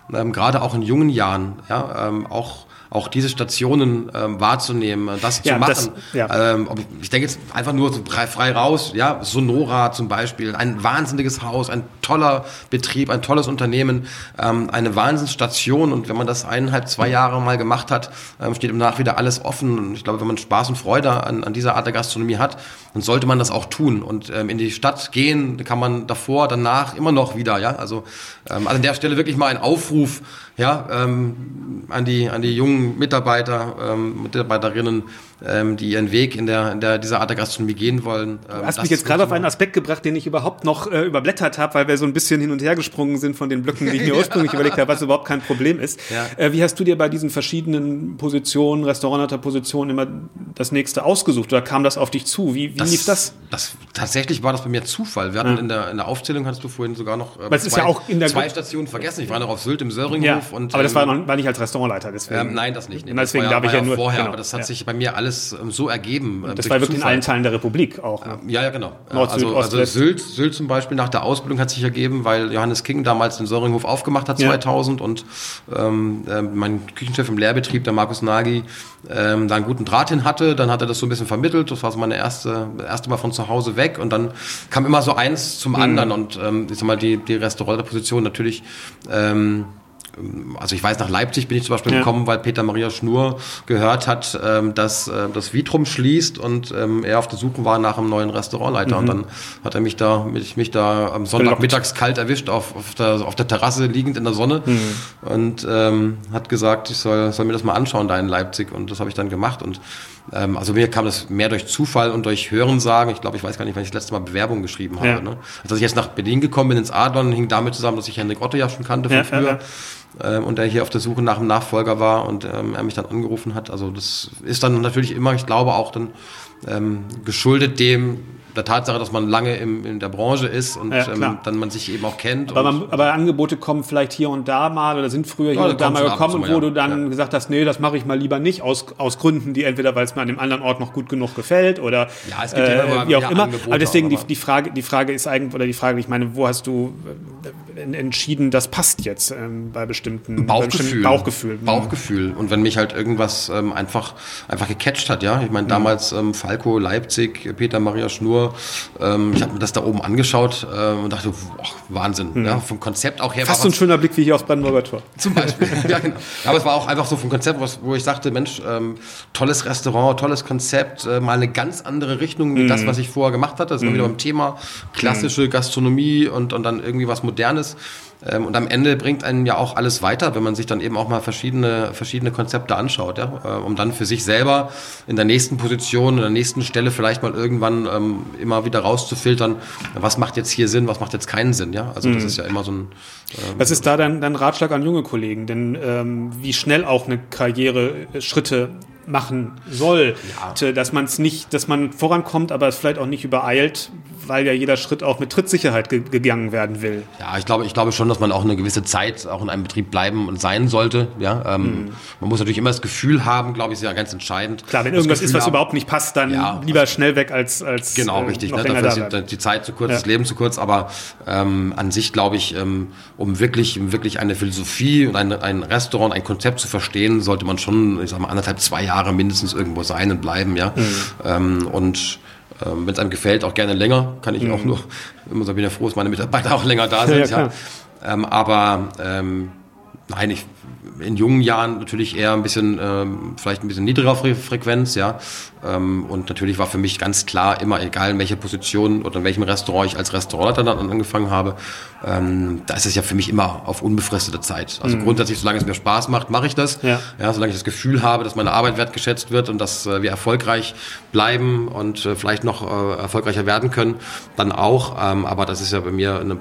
ähm, gerade auch in jungen Jahren, ja, ähm, auch auch diese Stationen ähm, wahrzunehmen, das zu ja, machen. Das, ja. ähm, ich denke jetzt einfach nur so frei, frei raus, ja, Sonora zum Beispiel, ein wahnsinniges Haus, ein toller Betrieb, ein tolles Unternehmen, ähm, eine Wahnsinnsstation, und wenn man das eineinhalb, zwei Jahre mal gemacht hat, ähm, steht im Nach wieder alles offen, und ich glaube, wenn man Spaß und Freude an, an dieser Art der Gastronomie hat, dann sollte man das auch tun, und ähm, in die Stadt gehen kann man davor, danach immer noch wieder, ja, also, ähm, also an der Stelle wirklich mal ein Aufruf, ja, ähm, an die an die jungen Mitarbeiter, ähm, Mitarbeiterinnen, ähm, die ihren Weg in der in der dieser Art der Gastronomie gehen wollen. Ähm, du hast mich jetzt gerade auf einen Aspekt gebracht, den ich überhaupt noch äh, überblättert habe, weil wir so ein bisschen hin und her gesprungen sind von den Blöcken, die ich mir ursprünglich überlegt habe, was überhaupt kein Problem ist. Ja. Äh, wie hast du dir bei diesen verschiedenen Positionen, Restaurantleiterpositionen immer das nächste ausgesucht, oder kam das auf dich zu? Wie, wie das, lief das? das? Tatsächlich war das bei mir Zufall. Wir hatten ja. in der in der Aufzählung, hattest du vorhin sogar noch äh, zwei, ist ja auch in der zwei Stationen vergessen. Ich war noch auf Sylt im Söringhof. Ja, und, aber das ähm, war, noch, war nicht als Restaurantleiter, deswegen. Ähm, nein, das nicht. Nee, und deswegen das war darf ich ja, ja nur vorher, genau, aber das hat ja. sich bei mir alles ähm, so ergeben. Und ähm, das war wirklich Zufall. In allen Teilen der Republik auch. Ne? Ja, ja, genau. Nord, also, Süd, Ost, also Sylt, Sylt zum Beispiel nach der Ausbildung hat sich ergeben, weil Johannes King damals den Söringhof aufgemacht hat, ja. zweitausend, und ähm, äh, mein Küchenchef im Lehrbetrieb, der Markus Nagy, ähm, da einen guten Draht hin hatte. Dann hat er das so ein bisschen vermittelt. Das war so meine erste, erste Mal von zu Hause weg, und dann kam immer so eins zum mhm. anderen, und ähm, ich sag mal, die, die Restaurantposition natürlich, ähm, also ich weiß, nach Leipzig bin ich zum Beispiel ja. gekommen, weil Peter Maria Schnur gehört hat, ähm, dass äh, das Vitrum schließt, und ähm, er auf der Suche war nach einem neuen Restaurantleiter. Mhm. Und dann hat er mich da, mich, mich da am Sonntag mittags kalt erwischt, auf, auf, der, auf der Terrasse liegend in der Sonne, mhm. und ähm, hat gesagt, ich soll, soll mir das mal anschauen da in Leipzig, und das habe ich dann gemacht. Und ähm, also mir kam das mehr durch Zufall und durch Hörensagen. Ich glaube, ich weiß gar nicht, wann ich das letzte Mal Bewerbung geschrieben habe. Ja. Ne? Also als ich jetzt nach Berlin gekommen bin, ins Adlon, hing damit zusammen, dass ich Henrik Otto ja schon kannte von ja, früher. Ja, ja. Und er hier auf der Suche nach einem Nachfolger war, und ähm, er mich dann angerufen hat. Also das ist dann natürlich immer, ich glaube, auch dann ähm, geschuldet dem, der Tatsache, dass man lange im, in der Branche ist, und ja, ähm, dann man sich eben auch kennt. Aber, und man, aber Angebote kommen vielleicht hier und da mal, oder sind früher hier ja, und da mal gekommen, und wo ja. du dann ja. gesagt hast, nee, das mache ich mal lieber nicht, aus, aus Gründen, die entweder, weil es mir an dem anderen Ort noch gut genug gefällt, oder ja, es gibt äh, immer wie auch immer. Angebote, aber deswegen aber die, die, Frage, die Frage ist eigentlich, oder die Frage, ich meine, wo hast du entschieden, das passt jetzt ähm, bei bestimmten Bauchgefühl. Bei bestimmten Bauchgefühl. Bauchgefühl. Und wenn mich halt irgendwas ähm, einfach, einfach gecatcht hat, ja. Ich meine, damals ähm, Falco, Leipzig, Peter Maria Schnur, ähm, ich habe mir das da oben angeschaut ähm, und dachte, boah, Wahnsinn. Mhm. Ja, vom Konzept auch her. Fast so ein schöner Blick wie hier aufs Brandenburger Tor. Zum Beispiel, ja genau. Aber es war auch einfach so vom Konzept, wo ich sagte, Mensch, ähm, tolles Restaurant, tolles Konzept, äh, mal eine ganz andere Richtung wie mhm. das, was ich vorher gemacht hatte. Das war mhm. wieder beim Thema klassische Gastronomie und, und dann irgendwie was Modernes. Ähm, und am Ende bringt einen ja auch alles weiter, wenn man sich dann eben auch mal verschiedene, verschiedene Konzepte anschaut, ja, äh, um dann für sich selber in der nächsten Position, in der nächsten Stelle vielleicht mal irgendwann ähm, immer wieder rauszufiltern, was macht jetzt hier Sinn, was macht jetzt keinen Sinn, ja. Also das mhm. ist ja immer so ein... Ähm, was ist da dein, dein Ratschlag an junge Kollegen? Denn ähm, wie schnell auch eine Karriere Schritte machen soll, ja. dass man es nicht, dass man vorankommt, aber es vielleicht auch nicht übereilt, weil ja jeder Schritt auch mit Trittsicherheit ge- gegangen werden will. Ja, ich glaube, ich glaube schon, dass man auch eine gewisse Zeit auch in einem Betrieb bleiben und sein sollte. Ja, ähm, mhm. man muss natürlich immer das Gefühl haben, glaube ich, ist ja ganz entscheidend. Klar, wenn irgendwas ist, was haben, überhaupt nicht passt, dann ja, lieber also, schnell weg als als genau äh, richtig. Ne, dafür ist die, die Zeit zu kurz, ja. das Leben zu kurz. Aber ähm, an sich glaube ich, ähm, um wirklich, um wirklich eine Philosophie und ein, ein Restaurant, ein Konzept zu verstehen, sollte man schon, ich sag mal, anderthalb, zwei Jahre mindestens irgendwo sein und bleiben. Ja, mhm. ähm, und Ähm, wenn es einem gefällt, auch gerne länger, kann ich mhm. auch nur, immer so bin ich ja froh, dass meine Mitarbeiter auch länger da sind. Ja, ja. Ähm, aber ähm, nein, ich, in jungen Jahren natürlich eher ein bisschen, ähm, vielleicht ein bisschen niedriger Fre- Frequenz, ja. Ähm, und natürlich war für mich ganz klar immer, egal in welcher Position oder in welchem Restaurant ich als Restaurantleiter dann angefangen habe, ähm, da ist es ja für mich immer auf unbefristete Zeit. Also mhm. grundsätzlich, solange es mir Spaß macht, mache ich das. Ja. Ja, solange ich das Gefühl habe, dass meine Arbeit wertgeschätzt wird und dass äh, wir erfolgreich bleiben und äh, vielleicht noch äh, erfolgreicher werden können, dann auch. Ähm, aber das ist ja bei mir, eine,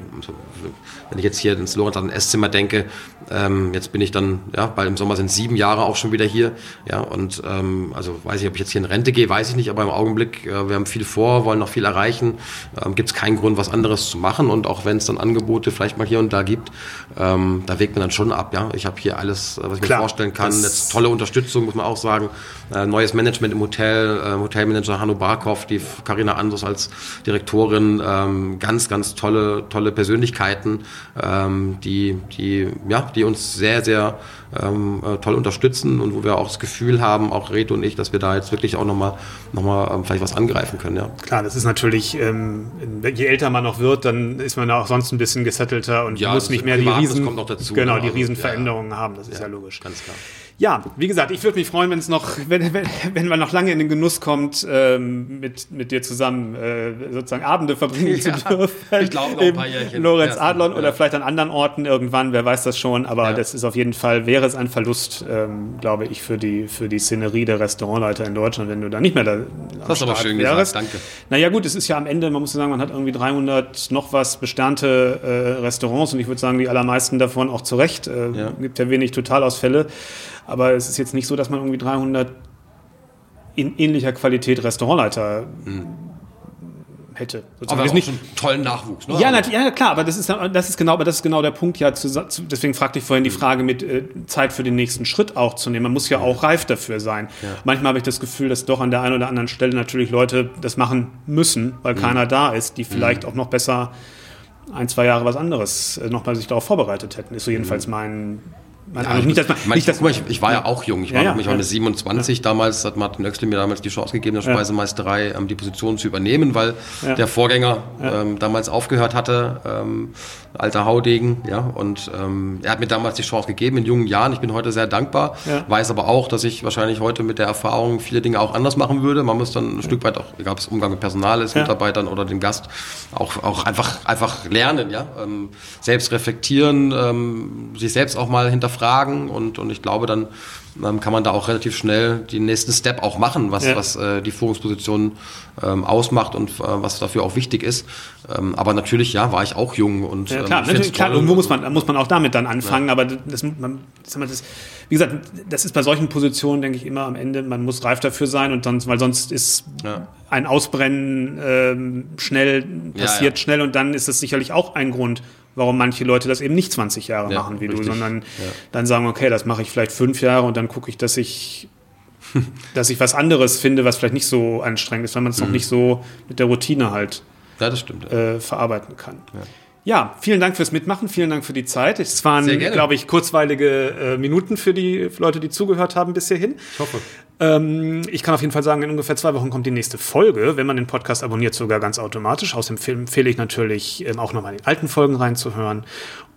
wenn ich jetzt hier ins Lorenz Esszimmer denke, ähm, jetzt bin ich dann, ja, bald im Sommer sind sieben Jahre auch schon wieder hier, ja, und ähm, also weiß ich, ob ich jetzt hier in Rente gehe, weiß ich nicht, aber im Augenblick, äh, wir haben viel vor, wollen noch viel erreichen, ähm, gibt es keinen Grund, was anderes zu machen und auch wenn es dann Angebote vielleicht mal hier und da gibt, ähm, da wägt man dann schon ab, ja. Ich habe hier alles, was ich Klar, mir vorstellen kann, jetzt tolle Unterstützung, muss man auch sagen, äh, neues Management im Hotel, äh, Hotelmanager Hanno Barkow, die Carina Andrus als Direktorin, ähm, ganz, ganz tolle, tolle Persönlichkeiten, ähm, die, die, ja, die uns sehr, sehr ähm, äh, toll unterstützen und wo wir auch das Gefühl haben, auch Reto und ich, dass wir da jetzt wirklich auch nochmal noch mal, ähm, vielleicht was angreifen können. Ja. Klar, das ist natürlich, ähm, je älter man noch wird, dann ist man auch sonst ein bisschen gesettelter und ja, muss nicht mehr die Riesen, kommt noch dazu, genau, ja, die also, Riesenveränderungen ja, haben, das ist ja, ja logisch. Ganz klar. Ja, wie gesagt, ich würde mich freuen, wenn es noch, wenn, wenn, wenn man noch lange in den Genuss kommt, ähm, mit, mit dir zusammen äh, sozusagen Abende verbringen ja, zu dürfen. Ich glaube noch ein paar Jährchen. Lorenz Adlon ja. oder vielleicht an anderen Orten irgendwann, wer weiß das schon, aber ja. das ist auf jeden Fall, wäre es ein Verlust, ähm, glaube ich, für die, für die Szenerie der Restaurantleiter in Deutschland, wenn du da nicht mehr da Das ist aber schön wärst. Gesagt, danke. Naja gut, es ist ja am Ende, man muss sagen, man hat irgendwie dreihundert noch was besternte äh, Restaurants und ich würde sagen, die allermeisten davon auch zu Recht. Äh, ja. Gibt ja wenig Totalausfälle. Aber es ist jetzt nicht so, dass man irgendwie dreihundert in ähnlicher Qualität Restaurantleiter hm. hätte. Aber auch nicht schon tollen Nachwuchs, ne? Ja, na, ja, klar, aber das ist, das ist genau, aber das ist genau der Punkt, ja, zu, zu, deswegen fragte ich vorhin die Frage mit äh, Zeit für den nächsten Schritt auch zu nehmen. Man muss ja auch reif dafür sein. Ja. Manchmal habe ich das Gefühl, dass doch an der einen oder anderen Stelle natürlich Leute das machen müssen, weil mhm. keiner da ist, die vielleicht mhm. auch noch besser ein, zwei Jahre was anderes äh, noch mal sich darauf vorbereitet hätten. Ist so jedenfalls mhm. mein Ja, also nicht, dass man, nicht, dass man, ich, ich war ja auch jung, ich war, ja, ja, ich war ja. mit siebenundzwanzig, ja. damals hat Martin Oechsle mir damals die Chance gegeben, der Speisemeisterei ähm, die Position zu übernehmen, weil ja. der Vorgänger ja. ähm, damals aufgehört hatte, ähm, alter Haudegen, ja, und ähm, er hat mir damals die Chance gegeben in jungen Jahren, ich bin heute sehr dankbar, ja. weiß aber auch, dass ich wahrscheinlich heute mit der Erfahrung viele Dinge auch anders machen würde, man muss dann ein ja. Stück weit auch, egal ob es Umgang mit Personal ist, ja. Mitarbeitern oder dem Gast, auch, auch einfach, einfach lernen, ja, ähm, selbst reflektieren, ähm, sich selbst auch mal hinterfragen, Fragen und, und ich glaube, dann ähm, kann man da auch relativ schnell den nächsten Step auch machen, was, ja. was äh, die Führungsposition ähm, ausmacht und äh, was dafür auch wichtig ist. Ähm, aber natürlich, ja, war ich auch jung und ja, klar, ähm, natürlich, klar, irgendwo muss man, muss man auch damit dann anfangen, ja. aber das, man, das, wie gesagt, das ist bei solchen Positionen, denke ich, immer am Ende, man muss reif dafür sein und dann, weil sonst ist ja. ein Ausbrennen ähm, schnell, passiert ja, ja. schnell und dann ist das sicherlich auch ein Grund, warum manche Leute das eben nicht zwanzig Jahre ja, machen wie richtig. du, sondern ja. dann sagen, okay, das mache ich vielleicht fünf Jahre und dann gucke ich, dass ich, dass ich was anderes finde, was vielleicht nicht so anstrengend ist, weil man es mhm. noch nicht so mit der Routine halt ja, das stimmt, ja. äh, verarbeiten kann. Ja. Ja, vielen Dank fürs Mitmachen, vielen Dank für die Zeit. Es waren, glaube ich, kurzweilige äh, Minuten für die für Leute, die zugehört haben bis hierhin. Ich hoffe. Ähm, ich kann auf jeden Fall sagen, in ungefähr zwei Wochen kommt die nächste Folge, wenn man den Podcast abonniert, sogar ganz automatisch. Außerdem empfehle ich natürlich ähm, auch nochmal die alten Folgen reinzuhören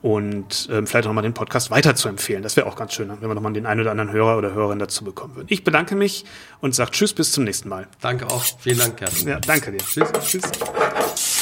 und ähm, vielleicht auch nochmal den Podcast weiter zu empfehlen. Das wäre auch ganz schön, wenn wir nochmal den einen oder anderen Hörer oder Hörerin dazu bekommen würden. Ich bedanke mich und sage Tschüss, bis zum nächsten Mal. Danke auch. Vielen Dank, Kerstin. Ja, danke dir. Tschüss. Tschüss.